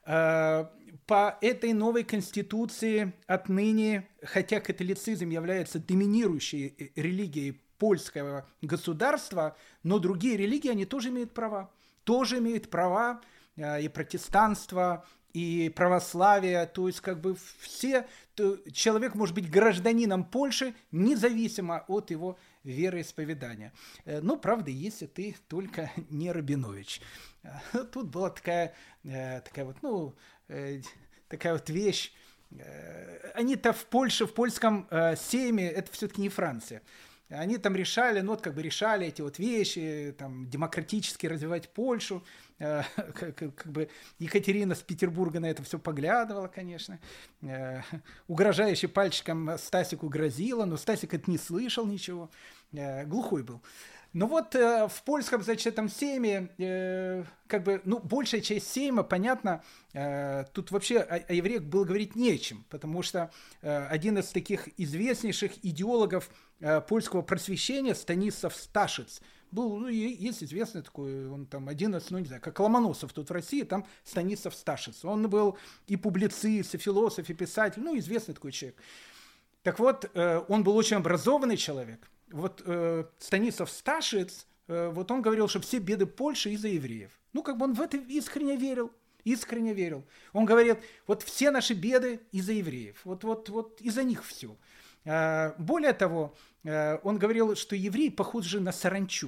По этой новой конституции отныне, хотя католицизм является доминирующей религией польского государства, но другие религии, они тоже имеют права. Тоже имеют права и протестанство, и православие, то есть как бы все, человек может быть гражданином Польши, независимо от его вероисповедания. Но, правда, если ты только не Рабинович. Тут была такая вот, ну, такая вот вещь. Они-то в Польше, в польском сейме, это все-таки не Франция. Они там решали, ну вот как бы решали эти вот вещи, там демократически развивать Польшу. Как бы Екатерина с Петербурга на это все поглядывала, конечно. Угрожающе пальчиком Стасику грозила, но Стасик это не слышал ничего. Глухой был. Но вот в польском, значит, этом сейме, как бы, ну, большая часть сейма, понятно, тут вообще о евреях было говорить нечем, потому что один из таких известнейших идеологов польского просвещения, Станислав Сташиц, был, ну, есть известный такой, он там один из, ну, не знаю, как Ломоносов тут в России, там Станислав Сташиц. Он был и публицист, и философ, и писатель, ну, известный такой человек. Так вот, он был очень образованный человек. Вот Станислав Сташиц, вот он говорил, что все беды Польши из-за евреев. Ну, как бы он в это искренне верил. Искренне верил. Он говорит, вот все наши беды из-за евреев. Вот из-за них все. Более того, он говорил, что евреи похожи на саранчу.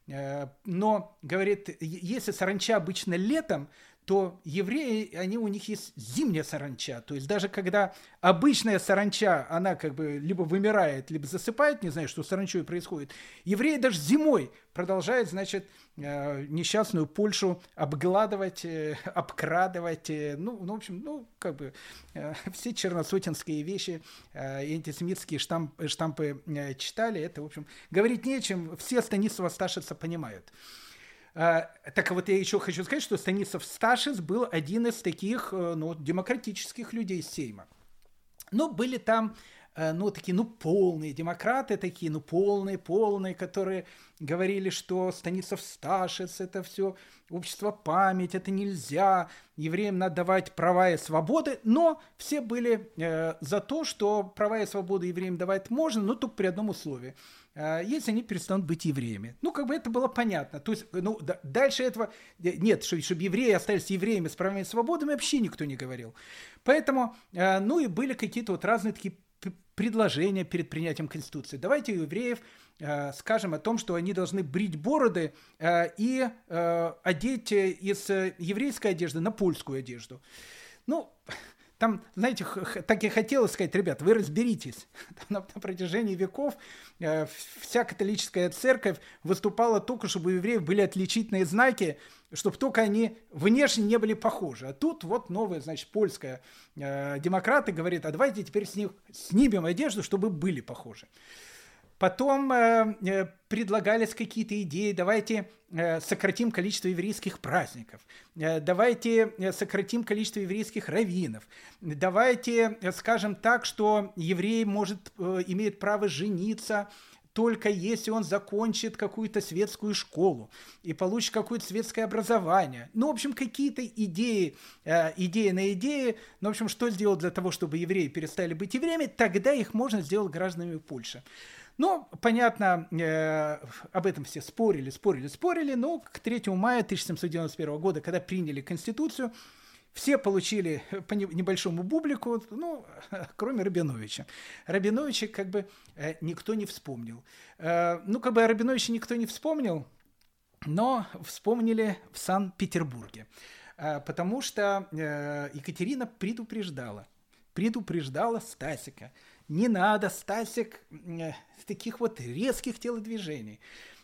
Но, говорит, если саранча обычно летом, то евреи, у них есть зимняя саранча. То есть даже когда обычная саранча, она как бы либо вымирает, либо засыпает, не знаю, что с саранчой происходит, евреи даже зимой продолжают, значит, несчастную Польшу обгладывать, обкрадывать. Ну, в общем, ну, как бы все черносотенские вещи и антисемитские штампы читали. Это, в общем, говорить нечем, все Станислава Сташица понимают. Так вот я еще хочу сказать, что Станислав Сташис был один из таких, демократических людей Сейма. Но были там такие, полные демократы такие, полные, которые говорили, что Станислав Сташис, это все общество память, это нельзя, евреям надо давать права и свободы, но все были за то, что права и свободы евреям давать можно, но только при одном условии. Если они перестанут быть евреями. Это было понятно. То есть, дальше этого нет, чтобы евреи остались евреями с правами и свободами, вообще никто не говорил. Поэтому, и были какие-то вот разные такие предложения перед принятием Конституции. Давайте у евреев скажем о том, что они должны брить бороды и одеть из еврейской одежды на польскую одежду. Там, знаете, так и хотелось сказать, ребят, вы разберитесь. На протяжении веков вся католическая церковь выступала только, чтобы у евреев были отличительные знаки, чтобы только они внешне не были похожи. А тут вот новая, польская демократы говорят, а давайте теперь снимем одежду, чтобы были похожи. Потом предлагались какие-то идеи, давайте сократим количество еврейских праздников, давайте сократим количество еврейских раввинов, давайте скажем так, что еврей имеет право жениться только если он закончит какую-то светскую школу и получит какое-то светское образование. В общем, какие-то идеи на идеи. Что сделать для того, чтобы евреи перестали быть евреями, тогда их можно сделать гражданами Польши. Понятно, об этом все спорили, но к 3 мая 1791 года, когда приняли Конституцию, все получили по небольшому бублику, кроме Рабиновича. Рабиновича никто не вспомнил. О Рабиновиче никто не вспомнил, но вспомнили в Санкт-Петербурге. Потому что Екатерина предупреждала Стасика. Не надо, Стасик, таких вот резких телодвижений.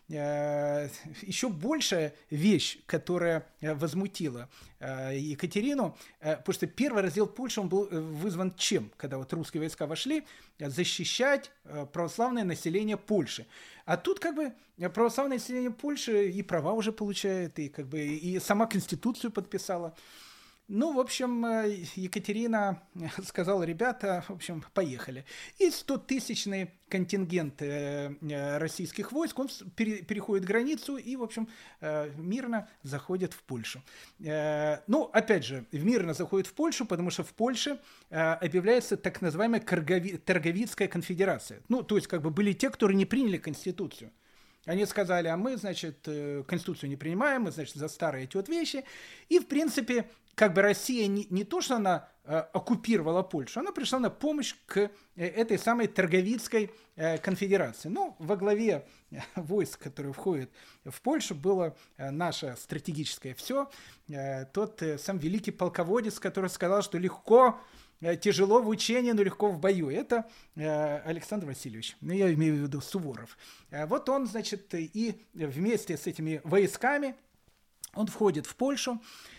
Еще большая вещь, которая возмутила Екатерину, потому что первый раздел Польши, он был вызван чем? Когда вот русские войска вошли, защищать православное население Польши. А тут православное население Польши и права уже получает, и сама Конституцию подписала. В общем, Екатерина сказала, ребята, поехали. И 100-тысячный контингент российских войск, он переходит границу и, мирно заходит в Польшу. Опять же, мирно заходит в Польшу, потому что в Польше объявляется так называемая Торговицкая конфедерация. То есть, были те, которые не приняли Конституцию. Они сказали, а мы, Конституцию не принимаем, мы, за старые эти вот вещи. И, в принципе, Россия не то, что она оккупировала Польшу, она пришла на помощь к этой самой Торговицкой конфедерации. Во главе войск, которые входят в Польшу, было наше стратегическое все. Тот сам великий полководец, который сказал, что тяжело в учении, но легко в бою. Это Александр Васильевич. Я имею в виду Суворов. Вот он, и вместе с этими войсками он входит в Польшу.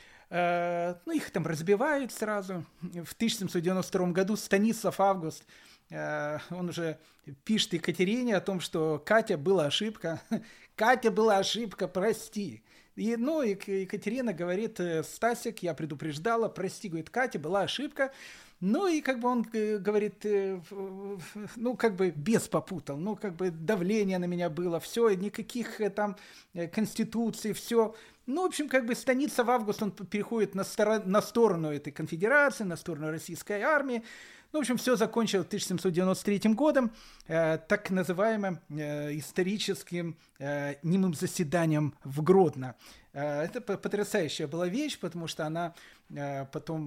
Их там разбивают сразу. В 1792 году Станислав Август, он уже пишет Екатерине о том, что Катя, была ошибка. Катя, была ошибка, прости. И Екатерина говорит, Стасик, я предупреждала, прости, говорит, Катя, была ошибка. И он говорит, бес попутал, давление на меня было, все, никаких там конституций, все. Станислав Август, он переходит на сторону этой конфедерации, на сторону российской армии. Все закончилось 1793 годом, так называемым историческим немым заседанием в Гродно. Это потрясающая была вещь, потому что она потом,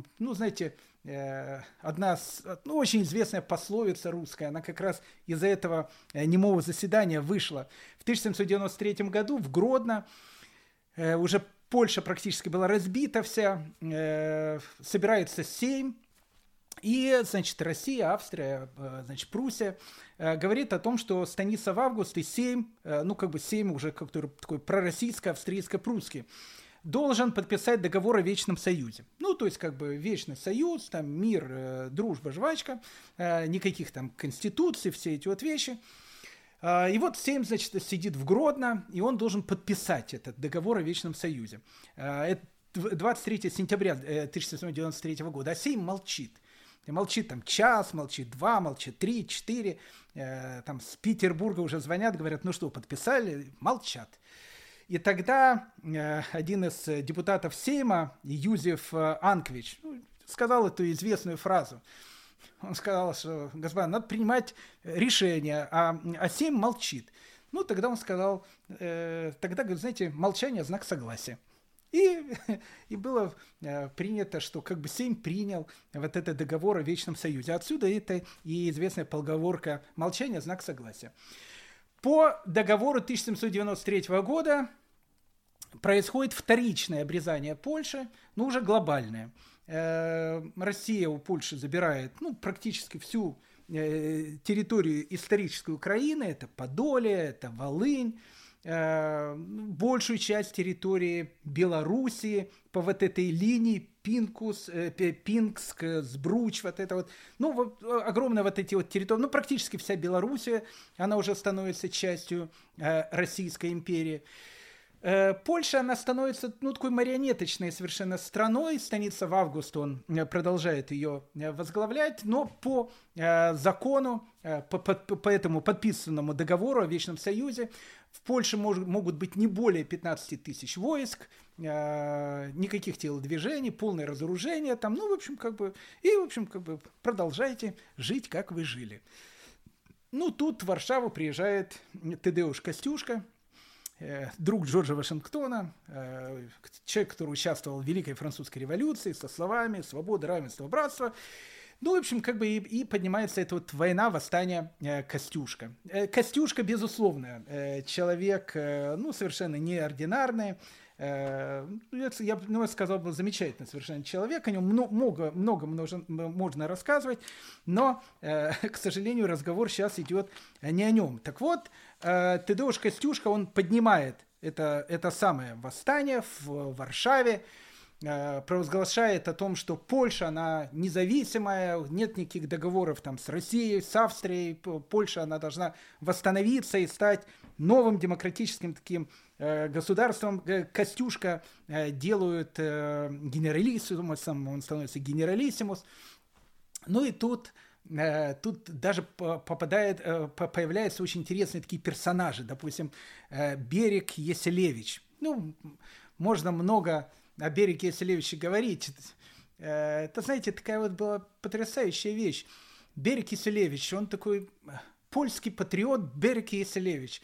одна очень известная пословица русская, она как раз из-за этого немого заседания вышла. В 1793 году в Гродно уже Польша практически была разбита вся, собирается Сейм, и, Россия, Австрия, Пруссия говорит о том, что Станислав Август и Сейм, Сейм уже который такой пророссийско-австрийско-прусский, должен подписать договор о Вечном Союзе. То есть, Вечный Союз, там мир, дружба, жвачка, никаких там конституций, все эти вот вещи. И вот Сейм, значит, сидит в Гродно, и он должен подписать этот договор о Вечном Союзе. Это 23 сентября 1793 года, а Сейм молчит. И молчит там час, молчит 2, молчит 3, 4. Там с Петербурга уже звонят, говорят, ну что, подписали? Молчат. И тогда один из депутатов Сейма, Юзеф Анквич, сказал эту известную фразу. Он сказал, что, господа, надо принимать решение, а Сейм молчит. Ну, тогда он сказал, тогда, говорит, знаете, молчание – знак согласия. И было принято, что как бы Сейм принял вот этот договор о Вечном Союзе. Отсюда это и известная поговорка «молчание – знак согласия». По договору 1793 года происходит вторичное обрезание Польши, но уже глобальное. Россия у Польши забирает практически всю территорию исторической Украины, это Подолье, это Волынь, большую часть территории Белоруссии по вот этой линии Пинск, Сбруч, вот это вот, огромная вот эти вот территории, практически вся Белоруссия, она уже становится частью Российской империи. Польша, она становится такой марионеточной совершенно страной. Станислав Август, он продолжает ее возглавлять, но по закону, по этому подписанному договору о Вечном Союзе в Польше могут быть не более 15 тысяч войск, никаких телодвижений, полное разоружение, продолжайте жить, как вы жили. Тут в Варшаву приезжает Тадеуш Костюшка, друг Джорджа Вашингтона, человек, который участвовал в Великой Французской революции, со словами «свобода, равенство, братство». И поднимается эта вот война, восстание Костюшка. Костюшка, безусловно, человек, совершенно неординарный. Я сказал бы, замечательный совершенно человек, о нем много можно рассказывать, но, к сожалению, разговор сейчас идет не о нем. Так вот, Тадеуш Костюшка, он поднимает это самое восстание в Варшаве, провозглашает о том, что Польша, она независимая, нет никаких договоров там с Россией, с Австрией, Польша, она должна восстановиться и стать новым демократическим таким государством. Костюшка делают генералиссимусом, он становится генералиссимус. И тут даже появляются очень интересные такие персонажи, допустим, Берег Еселевич. Можно много о Береге Еселевиче говорить. Это, знаете, такая вот была потрясающая вещь. Берег Еселевич, он такой польский патриот Берег Еселевич.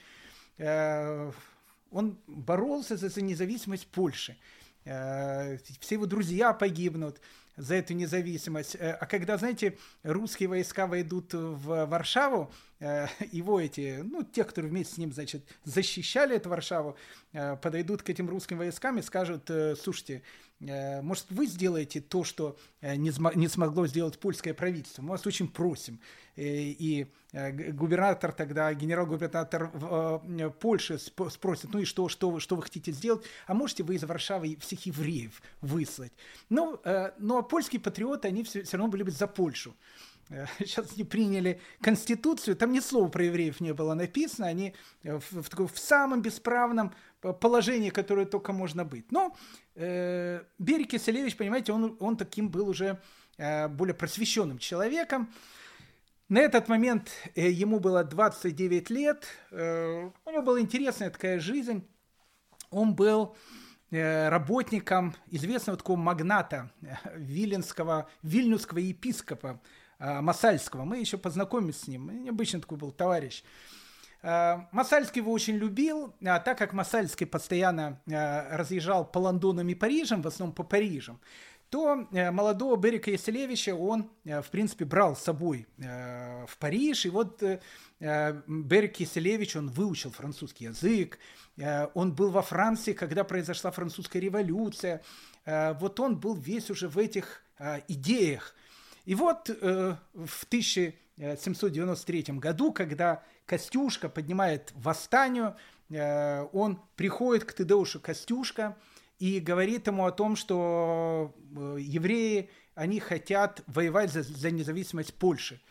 Он боролся за независимость Польши. Все его друзья погибнут за эту независимость. А когда, знаете, русские войска войдут в Варшаву, его те, которые вместе с ним, значит, защищали эту Варшаву, подойдут к этим русским войскам и скажут: слушайте, может, вы сделаете то, что не смогло сделать польское правительство? Мы вас очень просим. И губернатор тогда, генерал-губернатор Польши спросит: и что вы хотите сделать? А можете вы из Варшавы всех евреев выслать? А польские патриоты, они все равно были бы за Польшу. Сейчас они приняли Конституцию, там ни слова про евреев не было написано, они в самом бесправном положении, которое только можно быть. Но Берег Еселевич, понимаете, он таким был уже более просвещенным человеком. На этот момент ему было 29 лет, у него была интересная такая жизнь, он был работником известного такого магната вильнюсского епископа Масальского. Мы еще познакомились с ним. Необычный такой был товарищ. Масальский его очень любил, а так как Масальский постоянно разъезжал по Лондонам и Парижам, в основном по Парижам, то молодого Берега Еселевича он, в принципе, брал с собой в Париж. И вот Берег Еселевич, он выучил французский язык, он был во Франции, когда произошла французская революция. Вот он был весь уже в этих идеях. И вот в 1793 году, когда Костюшка поднимает восстание, он приходит к Тадеушу Костюшка и говорит ему о том, что евреи, они хотят воевать за независимость Польши.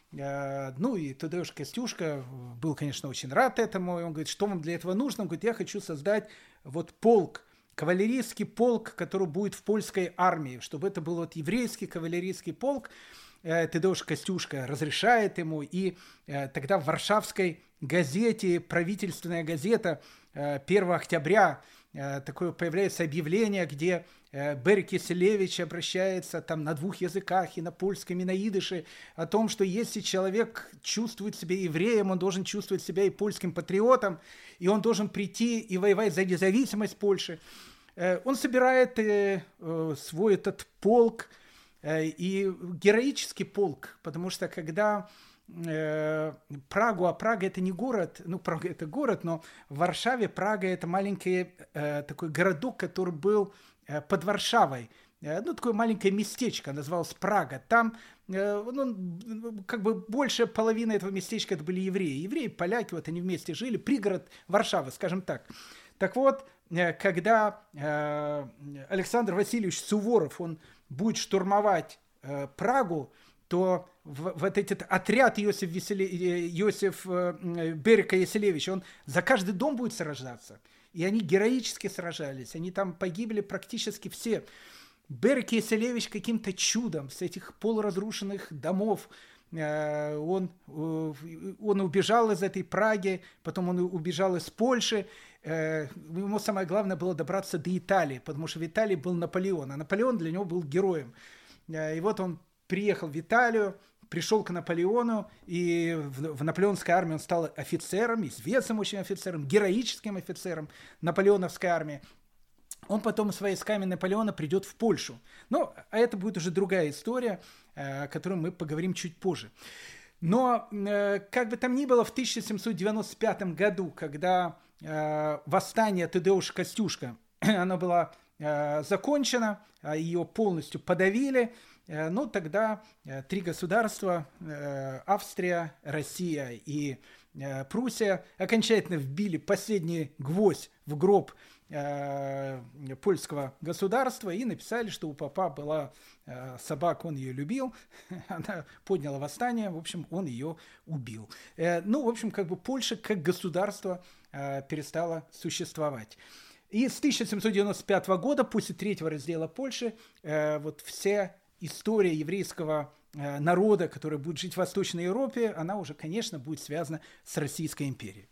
Ну и Тадеуш Костюшка был, конечно, очень рад этому. И он говорит, что вам для этого нужно? Он говорит, я хочу создать вот полк, кавалерийский полк, который будет в польской армии, чтобы это был вот еврейский кавалерийский полк. Тадеуш Костюшка разрешает ему, и тогда в Варшавской газете, правительственная газета, 1 октября такое появляется объявление, где Берик Яселевич обращается там на 2 языках, и на польском, и на идыше, о том, что если человек чувствует себя евреем, он должен чувствовать себя и польским патриотом, и он должен прийти и воевать за независимость Польши. Он собирает свой этот полк, и героический полк, потому что когда Прагу, а Прага это не город, ну Прага это город, но в Варшаве Прага это маленький такой городок, который был под Варшавой, ну такое маленькое местечко, называлось Прага. Там ну, как бы большая половина этого местечка это были евреи. Евреи, поляки, вот они вместе жили, пригород Варшавы, скажем так. Так вот, когда Александр Васильевич Суворов, он будет штурмовать Прагу, то вот этот отряд Иосиф Берика Яселевича, он за каждый дом будет сражаться. И они героически сражались, они там погибли практически все. Берик Яселевич каким-то чудом с этих полуразрушенных домов, он убежал из этой Праги, потом он убежал из Польши. Ему самое главное было добраться до Италии, потому что в Италии был Наполеон, а Наполеон для него был героем. И вот он приехал в Италию, пришел к Наполеону, и в наполеонской армии он стал офицером, известным очень офицером, героическим офицером наполеоновской армии. Он потом с войсками Наполеона придет в Польшу. Ну, а это будет уже другая история, о которой мы поговорим чуть позже. Но, как бы там ни было, в 1795 году, когда восстание Тадеуша Костюшка, оно было закончено, ее полностью подавили, ну, тогда 3 государства, Австрия, Россия и Пруссия, окончательно вбили последний гвоздь в гроб польского государства и написали, что у папа была собака, он ее любил, она подняла восстание, в общем, он ее убил. Ну, в общем, как бы Польша как государство перестала существовать. И с 1795 года, после 3-го раздела Польши, вот вся история еврейского народа, который будет жить в Восточной Европе, она уже, конечно, будет связана с Российской империей.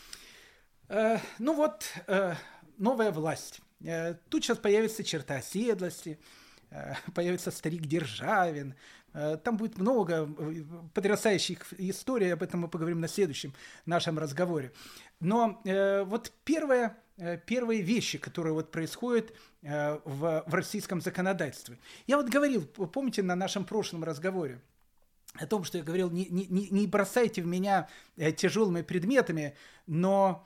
Ну вот, новая власть. Тут сейчас появится черта оседлости, появится старик Державин. Там будет много потрясающих историй, об этом мы поговорим на следующем нашем разговоре. Но вот первые вещи, которые вот происходят в российском законодательстве. Я вот говорил, помните, на нашем прошлом разговоре о том, что я говорил, не бросайте в меня тяжелыми предметами, но,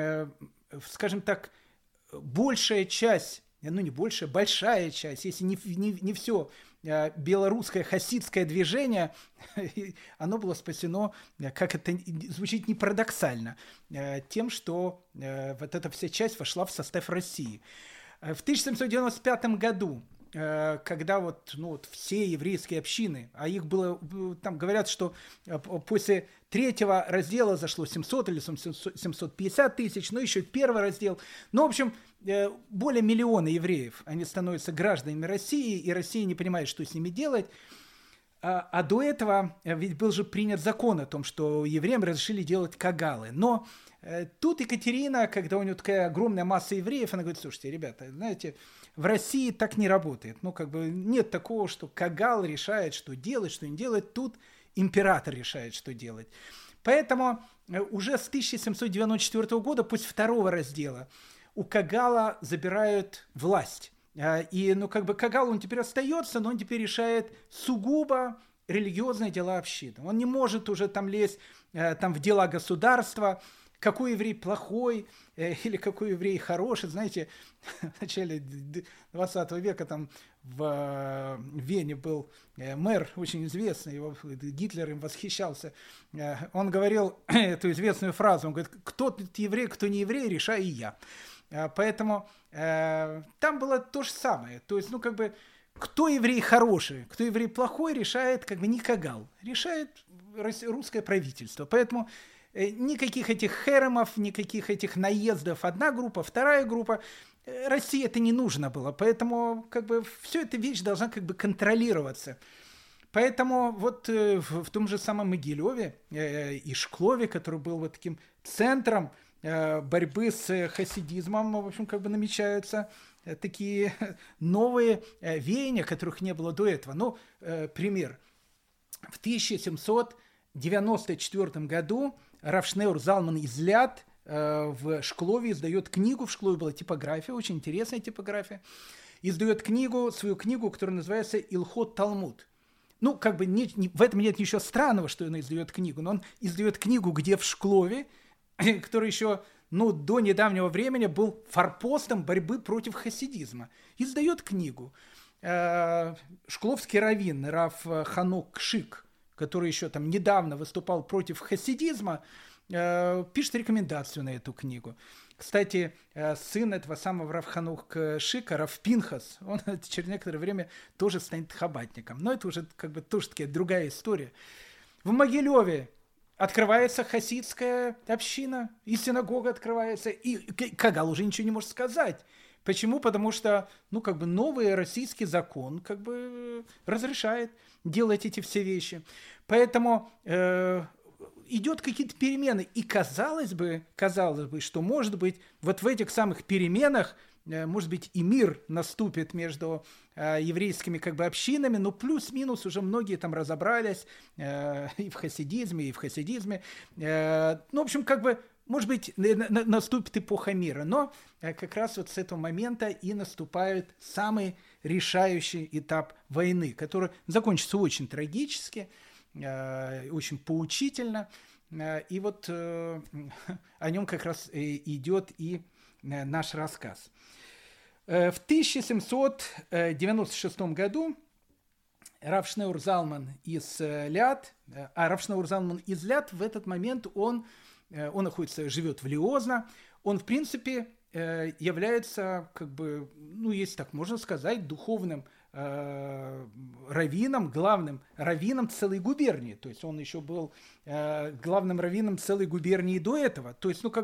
скажем так, большая часть, ну не большая, большая часть, если не все белорусское хасидское движение, оно было спасено, как это звучит не парадоксально, тем, что вот эта вся часть вошла в состав России. В 1795 году, когда вот все еврейские общины, а их было, там говорят, что после 3-го раздела зашло 700 или 750 тысяч, но еще 1-й раздел. Ну, в общем, более миллиона евреев, они становятся гражданами России, и Россия не понимает, что с ними делать. А до этого ведь был же принят закон о том, что евреям разрешили делать кагалы. Но тут Екатерина, когда у нее такая огромная масса евреев, она говорит: слушайте, ребята, знаете, в России так не работает. Ну, как бы нет такого, что кагал решает, что делать, что не делать. Тут император решает, что делать. Поэтому уже с 1794 года, после 2-го раздела, у кагала забирают власть. И, как бы кагал, он теперь остается, но он теперь решает сугубо религиозные дела общины. Он не может уже там лезть там, в дела государства, какой еврей плохой или какой еврей хороший. Знаете, в начале 20 века там в Вене был мэр очень известный, Гитлер им восхищался. Он говорил эту известную фразу, он говорит: кто еврей, кто не еврей, решаю я. Поэтому там было то же самое. То есть, как бы кто еврей хороший, кто еврей плохой, решает как бы не Кагал, решает русское правительство. Поэтому никаких этих херемов, никаких этих наездов. Одна группа, вторая группа. России это не нужно было. Поэтому как бы все эта вещь должна как бы контролироваться. Поэтому вот в том же самом Могилеве и Шклове, который был вот таким центром борьбы с хасидизмом, в общем, как бы намечаются такие новые веяния, которых не было до этого. Ну, пример. В 1794 году Рав Шнeur Залман из Ляд в Шклове издает книгу. В Шклове была типография, очень интересная типография. Издает свою книгу, которая называется «Илхот Талмуд». Ну, как бы в этом нет ничего странного, что он издает книгу, но он издает книгу, где в Шклове, который еще, до недавнего времени был форпостом борьбы против хасидизма. Издает книгу. Шкловский раввин Рав Ханок Шик, который еще там недавно выступал против хасидизма, пишет рекомендацию на эту книгу. Кстати, сын этого самого Рав Ханок Шика, Рав Пинхас, он через некоторое время тоже станет хабатником. Но это уже как бы тоже такая другая история. В Могилеве открывается хасидская община, и синагога открывается, и Кагал уже ничего не может сказать. Почему? Потому что, новый российский закон разрешает делать эти все вещи. Поэтому идет какие-то перемены. И казалось бы, что, может быть, вот в этих самых переменах, может быть, и мир наступит между еврейскими общинами, но плюс-минус уже многие там разобрались и в хасидизме, в хасидизме. В общем, может быть, наступит эпоха мира, но как раз вот с этого момента и наступает самый решающий этап войны, который закончится очень трагически, очень поучительно, и вот о нем как раз идет и наш рассказ. В 1796 году Рав Шнeur Залман из Ляд, из Ляд в этот момент он живет в Лиозно, он, в принципе, является, если так можно сказать, духовным раввином, главным раввином целой губернии. То есть он еще был главным раввином целой губернии до этого. То есть,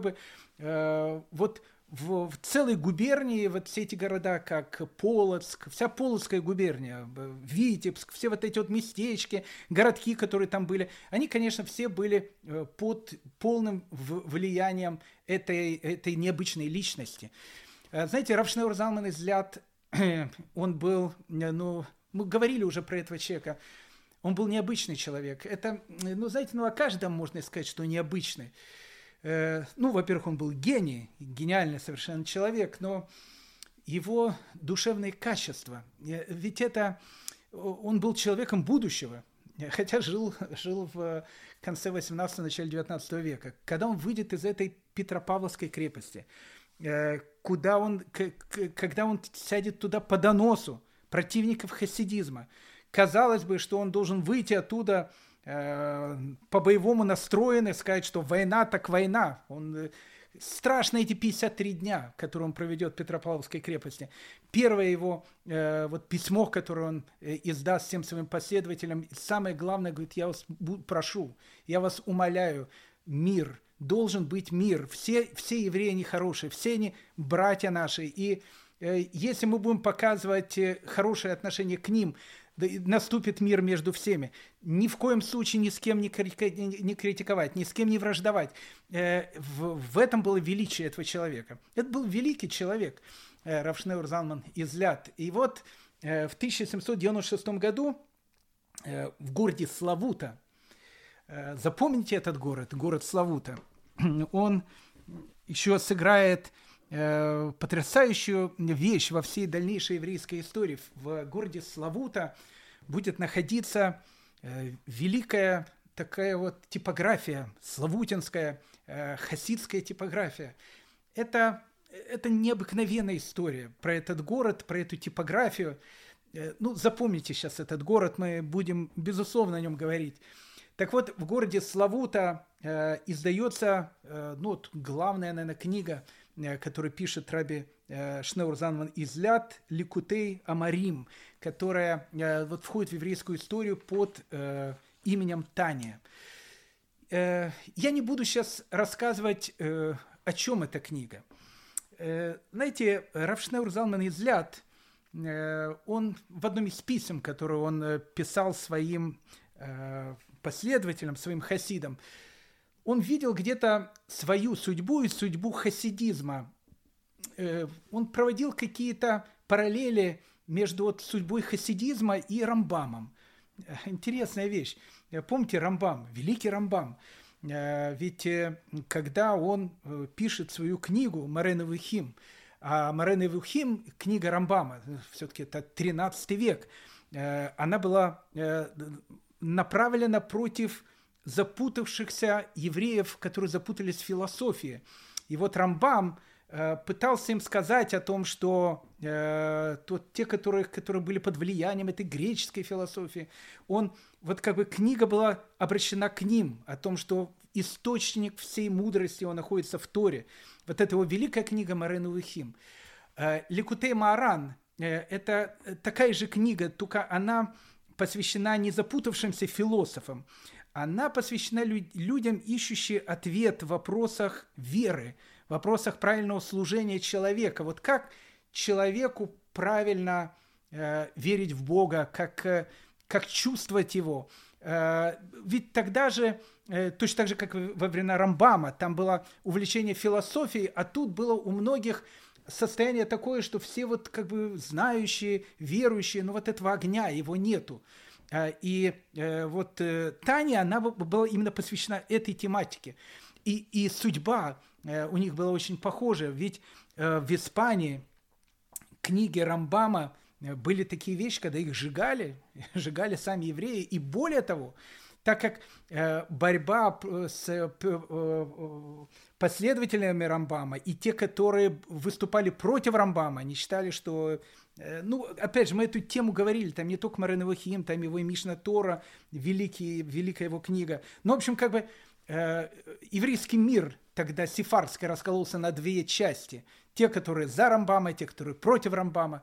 вот в целой губернии вот все эти города, как Полоцк, вся Полоцкая губерния, Витебск, все вот эти вот местечки, городки, которые там были, они, конечно, все были под полным влиянием этой необычной личности. Знаете, Рав Шнeur Залман из Ляд, он был, мы говорили уже про этого человека, он был необычный человек. Это, о каждом можно сказать, что необычный. Во-первых, он был гениальный совершенно человек, но его душевные качества, ведь он был человеком будущего, хотя жил в конце 18-го, начале 19 века. Когда он выйдет из этой Петропавловской крепости, когда он сядет туда по доносу противников хасидизма, казалось бы, что он должен выйти оттуда по-боевому настроенный, сказать, что война так война. Страшно эти 53 дня, которые он проведет в Петропавловской крепости. Первое его письмо, которое он издаст всем своим последователям, самое главное, говорит: я вас прошу, я вас умоляю, мир, должен быть мир. Все евреи, они хорошие, все они братья наши. И если мы будем показывать хорошее отношение к ним, наступит мир между всеми. Ни в коем случае ни с кем не критиковать, ни с кем не враждовать. В этом было величие этого человека. Это был великий человек, Рав Шнeur Залман из Ляд. И вот в 1796 году в городе Славута, запомните этот город Славута, он еще сыграет потрясающую вещь во всей дальнейшей еврейской истории. В городе Славута будет находиться великая такая вот типография, славутинская, хасидская типография. Это необыкновенная история про этот город, про эту типографию. Запомните сейчас этот город, мы будем, безусловно, о нем говорить. Так вот, в городе Славута издается, главная, наверное, книга который пишет Раби Шнeur Залман из Ляд Ликутей Амарим, которая вот входит в еврейскую историю под именем Тания. Я не буду сейчас рассказывать, о чем эта книга. Знаете, Рав Шнeur Залман из Ляд, он в одном из писем, которые он писал своим последователям, своим хасидам, он видел где-то свою судьбу и судьбу хасидизма. Он проводил какие-то параллели между вот судьбой хасидизма и Рамбамом. Интересная вещь. Помните Рамбам, великий Рамбам? Ведь когда он пишет свою книгу «Морэ Невухим», а «Морэ Невухим», книга Рамбама, все-таки это 13 век, она была направлена против запутавшихся евреев, которые запутались в философии. И вот Рамбам пытался им сказать о том, что те, которые были под влиянием этой греческой философии, вот как бы книга была обращена к ним, о том, что источник всей мудрости он находится в Торе. Вот это его великая книга «Морэ Невухим». Ликутей Мааран – это такая же книга, только она посвящена не запутавшимся философам, она посвящена людям, ищущим ответ в вопросах веры, в вопросах правильного служения человека. Вот как человеку правильно верить в Бога, как чувствовать Его. Ведь тогда же, точно так же, как во времена Рамбама, там было увлечение философией, а тут было у многих состояние такое, что все вот как бы знающие, верующие, но вот этого огня, его нету. И вот Таня, она была именно посвящена этой тематике. И судьба у них была очень похожа. Ведь в Испании книги Рамбама были такие вещи, когда их сжигали сами евреи. И более того, так как борьба с последователями Рамбама и те, которые выступали против Рамбама, они считали, что... Ну, опять же, мы эту тему говорили, там не только Морэ Невухим, там его и Мишна Тора, великая его книга. Но, в общем, как бы еврейский мир тогда сефардский раскололся на две части. Те, которые за Рамбама, те, которые против Рамбама.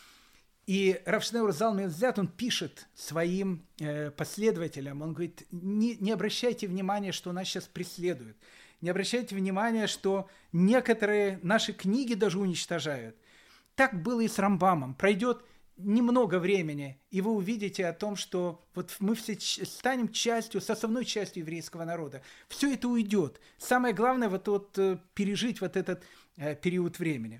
И Рав Шнeur Залман из Ляд, он пишет своим последователям, он говорит, не обращайте внимания, что нас сейчас преследуют. Не обращайте внимания, что некоторые наши книги даже уничтожают. Так было и с Рамбамом. Пройдет немного времени, и вы увидите о том, что вот мы все станем составной частью еврейского народа. Все это уйдет. Самое главное вот пережить вот этот период времени.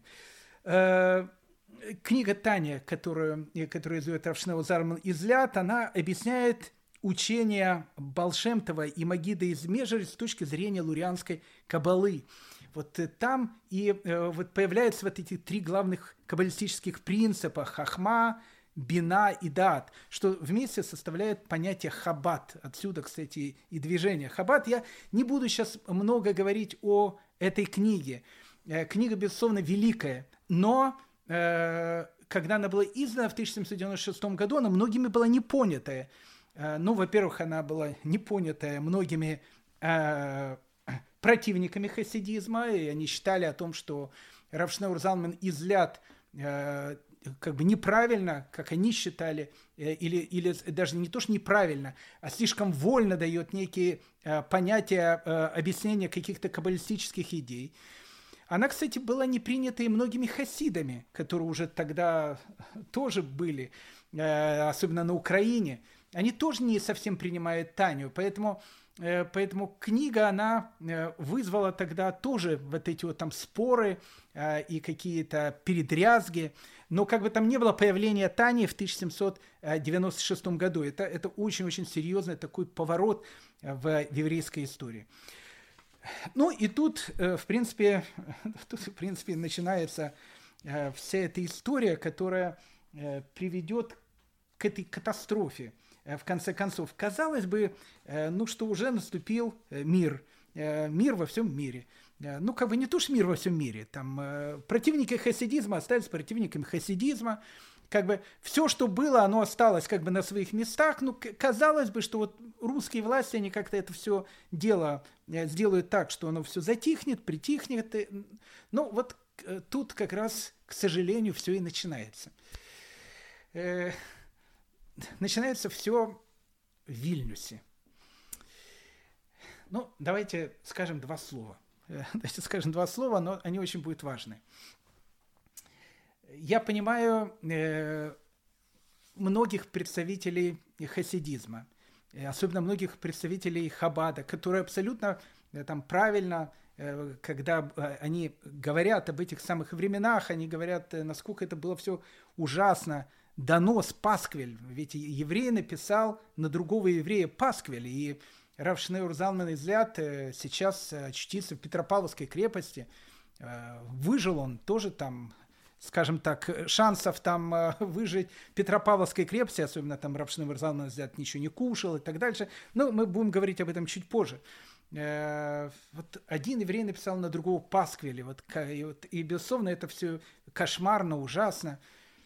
Книга Таня, которую издает Рав Шнeur Залман из Ляд, она объясняет учение Баал Шем Това и Магида из Межерец с точки зрения лурианской каббалы. Вот там и вот появляются вот эти три главных каббалистических принципа – хахма, бина и даат, что вместе составляет понятие хаббат. Отсюда, кстати, и движение. Хаббат, я не буду сейчас много говорить о этой книге. Книга, безусловно, великая, но когда она была издана в 1796 году, она многими была не понятая. Ну, во-первых, она была не понятая многими противниками хасидизма, и они считали о том, что Рав Шнeur Залман из Ляд как бы неправильно, как они считали, или даже не то, что неправильно, а слишком вольно дает некие понятия объяснения каких-то каббалистических идей. Она, кстати, была не принята и многими хасидами, которые уже тогда тоже были, особенно на Украине. Они тоже не совсем принимают Таню, поэтому книга, она вызвала тогда тоже вот эти вот там споры и какие-то передрязги, но как бы там не было появления Тани в 1796 году. Это очень-очень серьезный такой поворот в еврейской истории. Ну и тут, в принципе, начинается вся эта история, которая приведет к этой катастрофе. В конце концов, казалось бы, что уже наступил мир во всем мире. Ну, как бы не то, что мир во всем мире. Там противники хасидизма остались противниками хасидизма, как бы все, что было, оно осталось как бы на своих местах. Ну, казалось бы, что вот русские власти, они как-то это все дело сделают так, что оно все затихнет, притихнет. Ну, вот тут как раз, к сожалению, все и начинается. Начинается все в Вильнюсе. Ну, давайте скажем два слова. Но они очень будут важны. Я понимаю многих представителей хасидизма, особенно многих представителей Хабада, которые абсолютно там правильно, когда они говорят об этих самых временах, они говорят, насколько это было все ужасно. Донос Пасквиль, ведь еврей написал на другого еврея Пасквиль, и Рав Шнeur Залман из Ляд сейчас очутился в Петропавловской крепости. Выжил он тоже там, скажем так, шансов там выжить в Петропавловской крепости, особенно там Рав Шнeur Залман из Ляд ничего не кушал и так дальше. Но мы будем говорить об этом чуть позже. Вот один еврей написал на другого Пасквиль, и безусловно это все кошмарно, ужасно.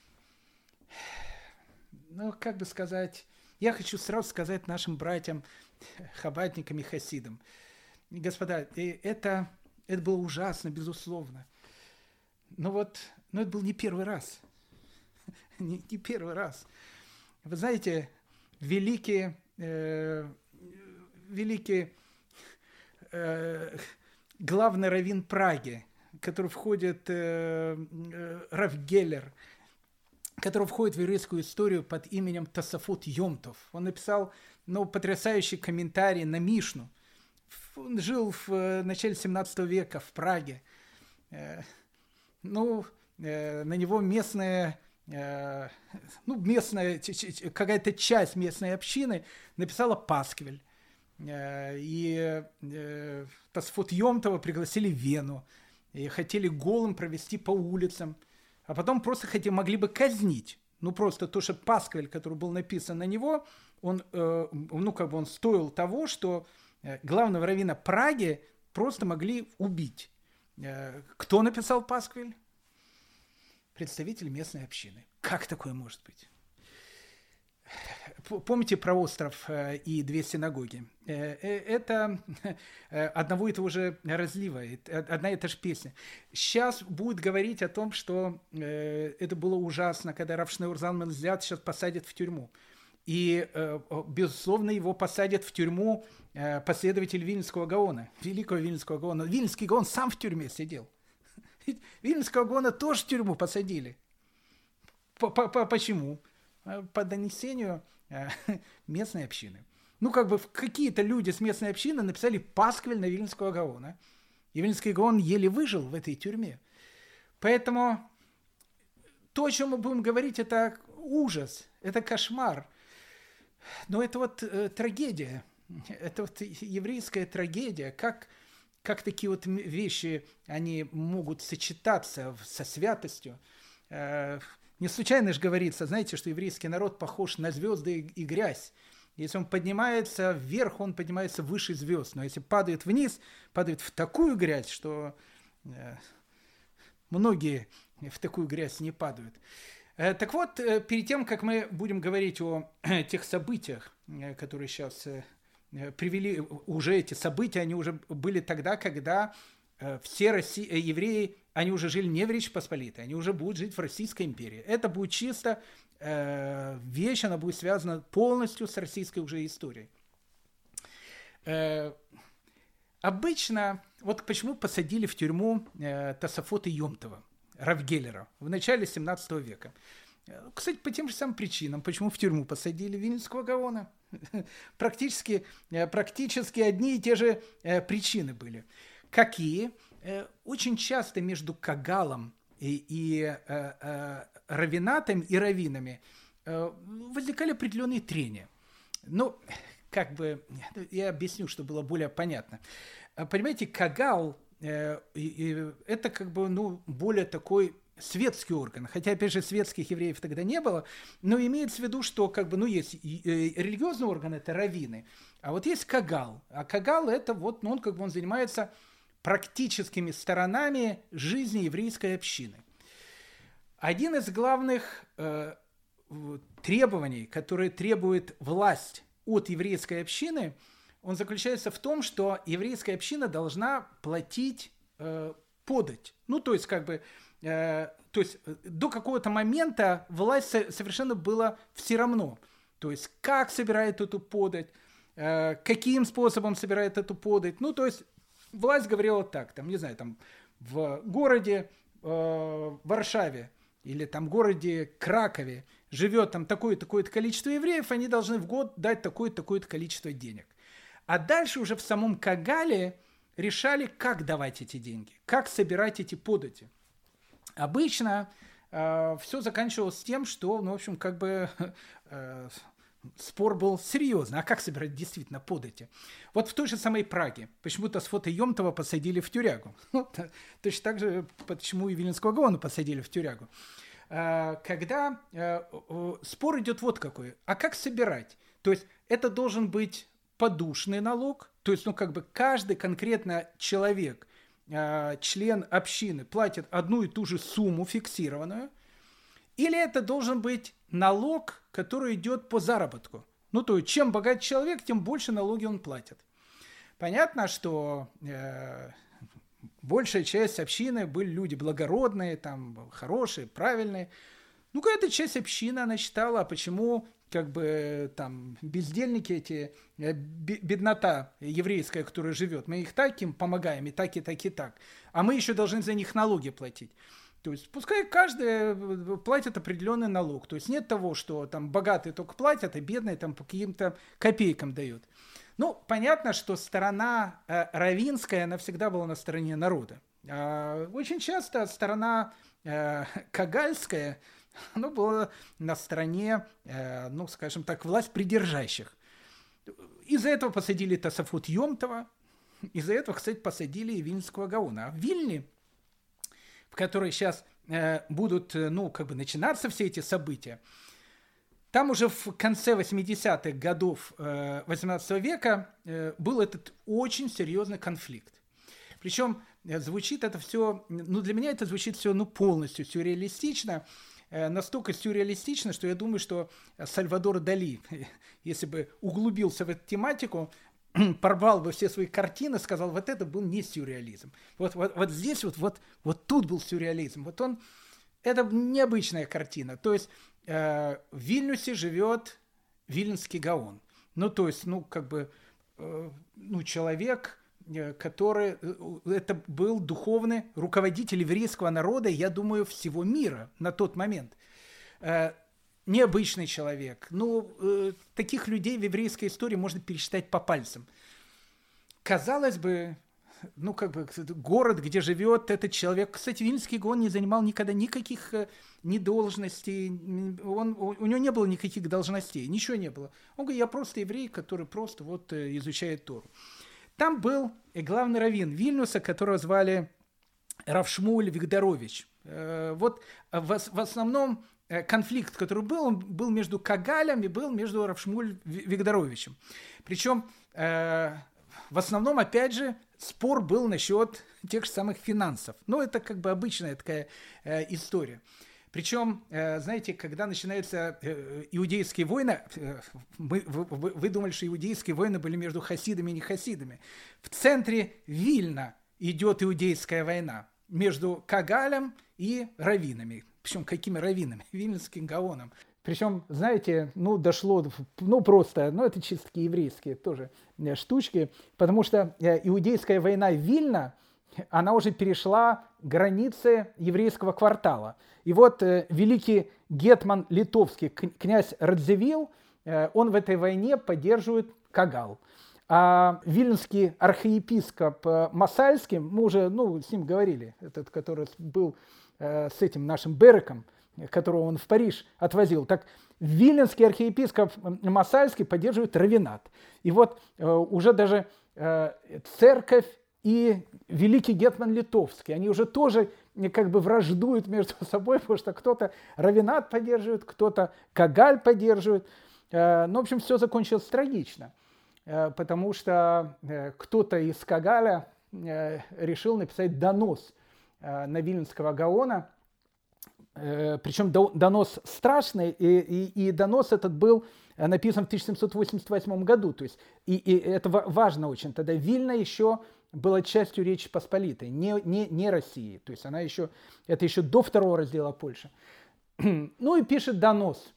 Ну, как бы сказать, я хочу сразу сказать нашим братьям, хабадникам и хасидам. Господа, это было ужасно, безусловно. Но это был не первый раз. Не первый раз. Вы знаете, великий главный раввин Праги, который входит, Рав Геллер, который входит в еврейскую историю под именем Тосафот Йомтов. Он написал потрясающий комментарий на Мишну. Он жил в начале 17 века в Праге. На него местная какая-то часть местной общины написала Пасквиль. И Тосафот Йомтова пригласили в Вену. И хотели голым провести по улицам. А потом просто могли бы казнить. Просто то, что Пасквиль, который был написан на него, он стоил того, что главного раввина Праги просто могли убить. Кто написал Пасквиль? Представитель местной общины. Как такое может быть? Помните про остров и две синагоги? Это одного и того же разлива, одна и та же песня. Сейчас будет говорить о том, что это было ужасно, когда Рав Шнeur Залман из Ляд сейчас посадят в тюрьму. И, безусловно, его посадят в тюрьму последователь Вильнюсского Гаона, великого Вильнюсского Гаона. Вильнюсский Гаон сам в тюрьме сидел. Вильнюсского Гаона тоже в тюрьму посадили. Почему? По донесению местной общины. Какие-то люди с местной общины написали Пасквиль на Вильнюсского Гаона. И Вильнюсский Гаон еле выжил в этой тюрьме. Поэтому то, о чем мы будем говорить, это ужас, это кошмар. Но это трагедия. Это еврейская трагедия. Как такие вещи, они могут сочетаться со святостью. Не случайно же говорится, знаете, что еврейский народ похож на звезды и грязь. Если он поднимается вверх, он поднимается выше звезд. Но если падает вниз, падает в такую грязь, что многие в такую грязь не падают. Так вот, перед тем, как мы будем говорить о тех событиях, которые сейчас привели, уже эти события, они уже были тогда, когда все евреи, они уже жили не в Речи Посполитой, они уже будут жить в Российской империи. Это будет чисто вещь, она будет связана полностью с российской уже историей. Обычно, почему посадили в тюрьму Тосафота Йомтова, Рав Геллера, в начале 17 века. Кстати, по тем же самым причинам, почему в тюрьму посадили Вильнюсского Гаона. Практически одни и те же причины были. Какие? Очень часто между кагалом и раввинатом и раввинами возникали определенные трения. Я объясню, чтобы было более понятно. Понимаете, кагал это более такой светский орган, хотя, опять же, светских евреев тогда не было, но имеется в виду, что есть религиозный орган, это раввины, а есть кагал, а кагал это он занимается практическими сторонами жизни еврейской общины. Один из главных требований, которые требует власть от еврейской общины, он заключается в том, что еврейская община должна платить подать. Ну, то есть, до какого-то момента власть совершенно была все равно. То есть, как собирает эту подать, каким способом собирает эту подать. Ну, то есть, власть говорила так, там, не знаю, там, в городе Варшаве или там в городе Кракове живет там такое-то количество евреев, они должны в год дать такое-то количество денег. А дальше уже в самом Кагале решали, как давать эти деньги, как собирать эти подати. Обычно все заканчивалось тем, что, ну, в общем, как бы спор был серьезный. А как собирать действительно подати? Вот в той же самой Праге почему-то Сфот и Йомтова посадили в тюрягу. Точно так же, почему и Виленского Гаона посадили в тюрягу. Когда спор идет вот какой. А как собирать? То есть это должен быть подушный налог, то есть, ну, как бы каждый конкретно человек, член общины, платит одну и ту же сумму фиксированную, или это должен быть налог, который идет по заработку. Ну, то есть, чем богаче человек, тем больше налоги он платит. Понятно, что большая часть общины были люди благородные, там, хорошие, правильные. Ну, какая-то часть общины, она считала, а почему как бы там бездельники эти, беднота еврейская, которая живет, мы их так им помогаем, и так, и так, и так. А мы еще должны за них налоги платить. То есть пускай каждый платит определенный налог. То есть нет того, что там богатые только платят, а бедные там по каким-то копейкам дают. Ну, понятно, что сторона раввинская, она всегда была на стороне народа. Очень часто сторона кагальская, оно было на стороне, ну, скажем так, власть придержащих. Из-за этого посадили Тосафот Йомтова, из-за этого, кстати, посадили и Вильнского Гаона. А в Вильне, в которой сейчас будут, ну, как бы начинаться все эти события, там уже в конце 80-х годов 18 века был этот очень серьезный конфликт. Причем звучит это все, ну, для меня это звучит все, ну, полностью сюрреалистично. Настолько сюрреалистично, что я думаю, что Сальвадор Дали, если бы углубился в эту тематику, порвал бы все свои картины, сказал, вот это был не сюрреализм. Вот здесь вот тут был сюрреализм. Вот он, это необычная картина. То есть в Вильнюсе живет Виленский Гаон. Ну, то есть, ну, как бы, ну, человек, который, это был духовный руководитель еврейского народа, я думаю, всего мира на тот момент. Необычный человек. Ну, таких людей в еврейской истории можно пересчитать по пальцам. Казалось бы, ну, как бы, город, где живет этот человек. Кстати, Вильнский Гаон не занимал никогда никаких ни должностей, у него не было никаких должностей, ничего не было. Он говорит, я просто еврей, который просто вот изучает Тору. Там был главный раввин Вильнюса, которого звали Рав Шмуль Вигдарович. Вот в основном конфликт, который был, он был между Кагалем и был между Рав Шмуль Вигдаровичем. Причем в основном, опять же, спор был насчет тех же самых финансов. Ну, это как бы обычная такая история. Причем, знаете, когда начинаются иудейские войны, вы думали, что иудейские войны были между хасидами и нехасидами. В центре Вильна идет иудейская война между Кагалем и раввинами. Причем какими раввинами? Вильнским Гаоном. Причем, знаете, ну, дошло, ну, просто, ну, это чисто еврейские тоже штучки, потому что иудейская война Вильна, она уже перешла границы еврейского квартала. И вот великий гетман литовский, князь Радзивилл, он в этой войне поддерживает Кагал. А вильнский архиепископ Масальский, мы уже, ну, с ним говорили, этот, который был с этим нашим Береком, которого он в Париж отвозил. Так виленский архиепископ Масальский поддерживает раввинат. И вот уже даже церковь и великий гетман литовский, они уже тоже как бы враждуют между собой, потому что кто-то раввинат поддерживает, кто-то Кагаль поддерживает. Ну, в общем, все закончилось трагично, потому что кто-то из Кагаля решил написать донос на Виленского Гаона, причем донос страшный, и донос этот был написан в 1788 году. То есть, и это важно очень. Тогда Вильна еще была частью Речи Посполитой, не России. То есть это еще до второго раздела Польши. Ну и пишет донос.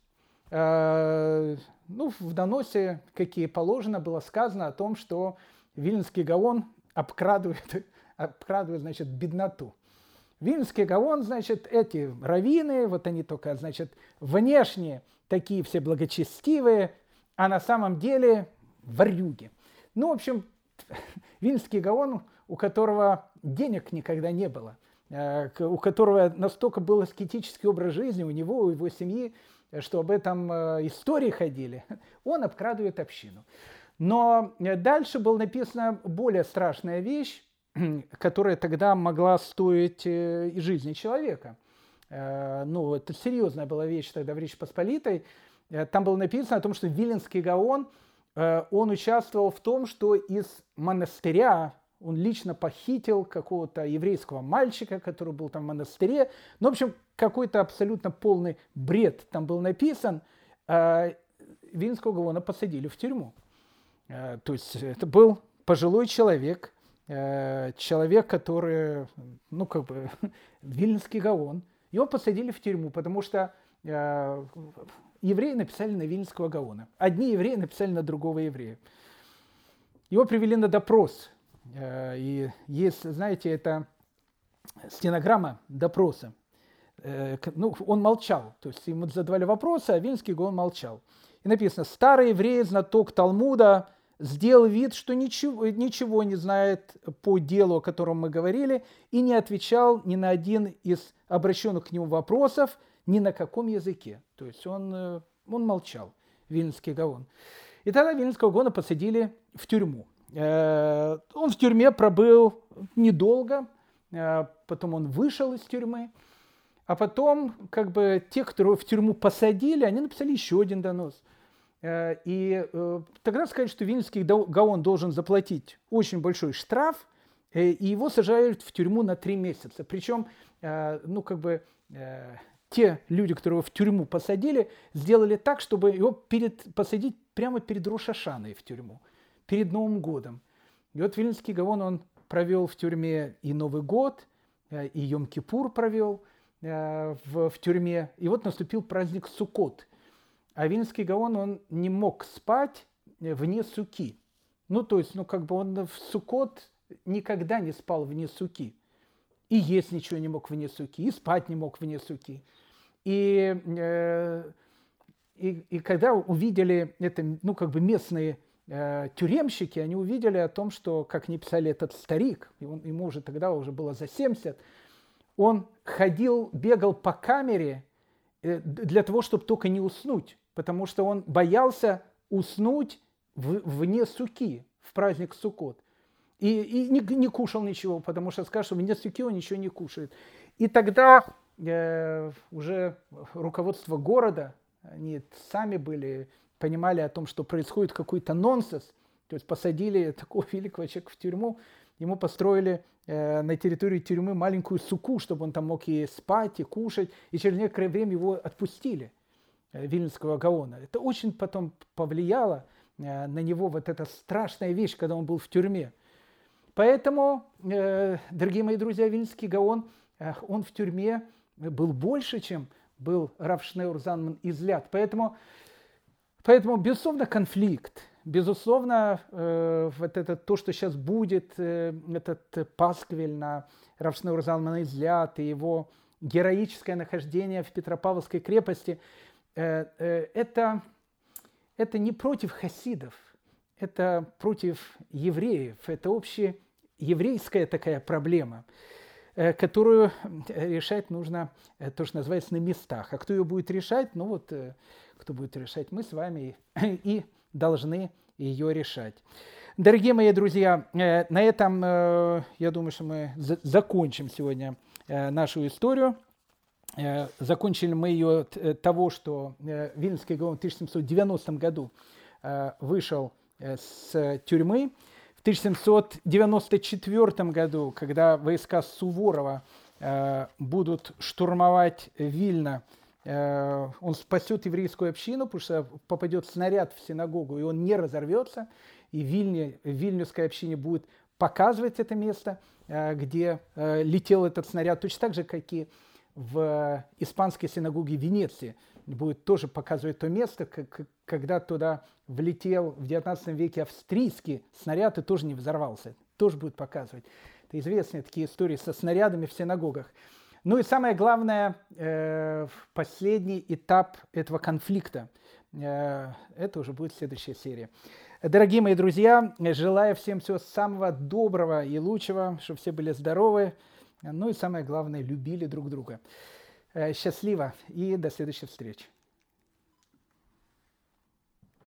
В доносе, какие положено, было сказано о том, что Виленский Гаон обкрадывает, значит, бедноту. Виленский Гаон, значит, эти раввины, вот они только, значит, внешне такие все благочестивые, а на самом деле ворюги. Ну, в общем, Виленский Гаон, у которого денег никогда не было, у которого настолько был аскетический образ жизни у него, у его семьи, что об этом истории ходили, он обкрадывает общину. Но дальше была написана более страшная вещь, которая тогда могла стоить и жизни человека. Ну, это серьезная была вещь тогда в Речи Посполитой. Там было написано о том, что Виленский Гаон, он участвовал в том, что из монастыря он лично похитил какого-то еврейского мальчика, который был там в монастыре. Ну, в общем, какой-то абсолютно полный бред там был написан. Виленского Гаона посадили в тюрьму. То есть это был пожилой человек, который, ну, как бы, Виленский Гаон. Его посадили в тюрьму, потому что евреи написали на Виленского Гаона. Одни евреи написали на другого еврея. Его привели на допрос. И есть, знаете, это стенограмма допроса. Ну, он молчал. То есть ему задавали вопросы, а Виленский Гаон молчал. И написано: старый еврей, знаток Талмуда, сделал вид, что ничего не знает по делу, о котором мы говорили, и не отвечал ни на один из обращенных к нему вопросов, ни на каком языке. То есть он молчал, Виленский Гаон. И тогда Виленского Гаона посадили в тюрьму. Он в тюрьме пробыл недолго, потом он вышел из тюрьмы, а потом как бы те, которые в тюрьму посадили, они написали еще один донос. И тогда сказали, что Виленский Гаон должен заплатить очень большой штраф, и его сажают в тюрьму на 3 месяца. Причем, ну, как бы, те люди, которые его в тюрьму посадили, сделали так, чтобы его посадить прямо перед Рош ха-Шаной в тюрьму, перед Новым годом. И вот Виленский Гаон, он провел в тюрьме и Новый год, и Йом-Кипур провел в тюрьме. И вот наступил праздник Суккот. А Виленский Гаон, он не мог спать вне суки. Ну, то есть, ну, как бы он в Суккот никогда не спал вне суки. И есть ничего не мог вне суки, и спать не мог вне суки. И когда увидели это, ну, как бы местные тюремщики, они увидели о том, что, как они писали, этот старик, ему уже тогда уже было за 70, он ходил, бегал по камере для того, чтобы только не уснуть, потому что он боялся уснуть вне суки в праздник Суккот. И не кушал ничего, потому что скажут, что вне суки он ничего не кушает. И тогда уже руководство города, они сами понимали о том, что происходит какой-то нонсенс. То есть посадили такого великого человека в тюрьму, ему построили на территории тюрьмы маленькую суку, чтобы он там мог и спать, и кушать. И через некоторое время его отпустили, Виленского Гаона. Это очень потом повлияло на него, вот эта страшная вещь, когда он был в тюрьме. Поэтому, дорогие мои друзья, Виленский Гаон, он в тюрьме был больше, чем был Рав Шнеур Залман из Ляд. Поэтому, безусловно, конфликт, безусловно, вот это то, что сейчас будет, этот пасквиль на Рав Шнеур Залмана из Ляд и его героическое нахождение в Петропавловской крепости, это не против хасидов, это против евреев, это общееврейская такая проблема, которую решать нужно, то, что называется, на местах. А кто ее будет решать? Ну вот, кто будет решать? Мы с вами и должны ее решать. Дорогие мои друзья, на этом, я думаю, что мы закончим сегодня нашу историю. Закончили мы ее от того, что Виленский Гаон в 1790 году вышел с тюрьмы. В 1794 году, когда войска Суворова будут штурмовать Вильно, он спасет еврейскую общину, потому что попадет снаряд в синагогу, и он не разорвется, и вильнюсской общине будет показывать это место, где летел этот снаряд, точно так же, как и в испанской синагоге Венеции. Будет тоже показывать то место, когда туда влетел в 19 веке австрийский снаряд и тоже не взорвался. Тоже будет показывать. Это известные такие истории со снарядами в синагогах. Ну и самое главное, последний этап этого конфликта. Это уже будет следующая серия. Дорогие мои друзья, желаю всем всего самого доброго и лучшего, чтобы все были здоровы. Ну и самое главное, любили друг друга. Счастливо и до следующей встречи.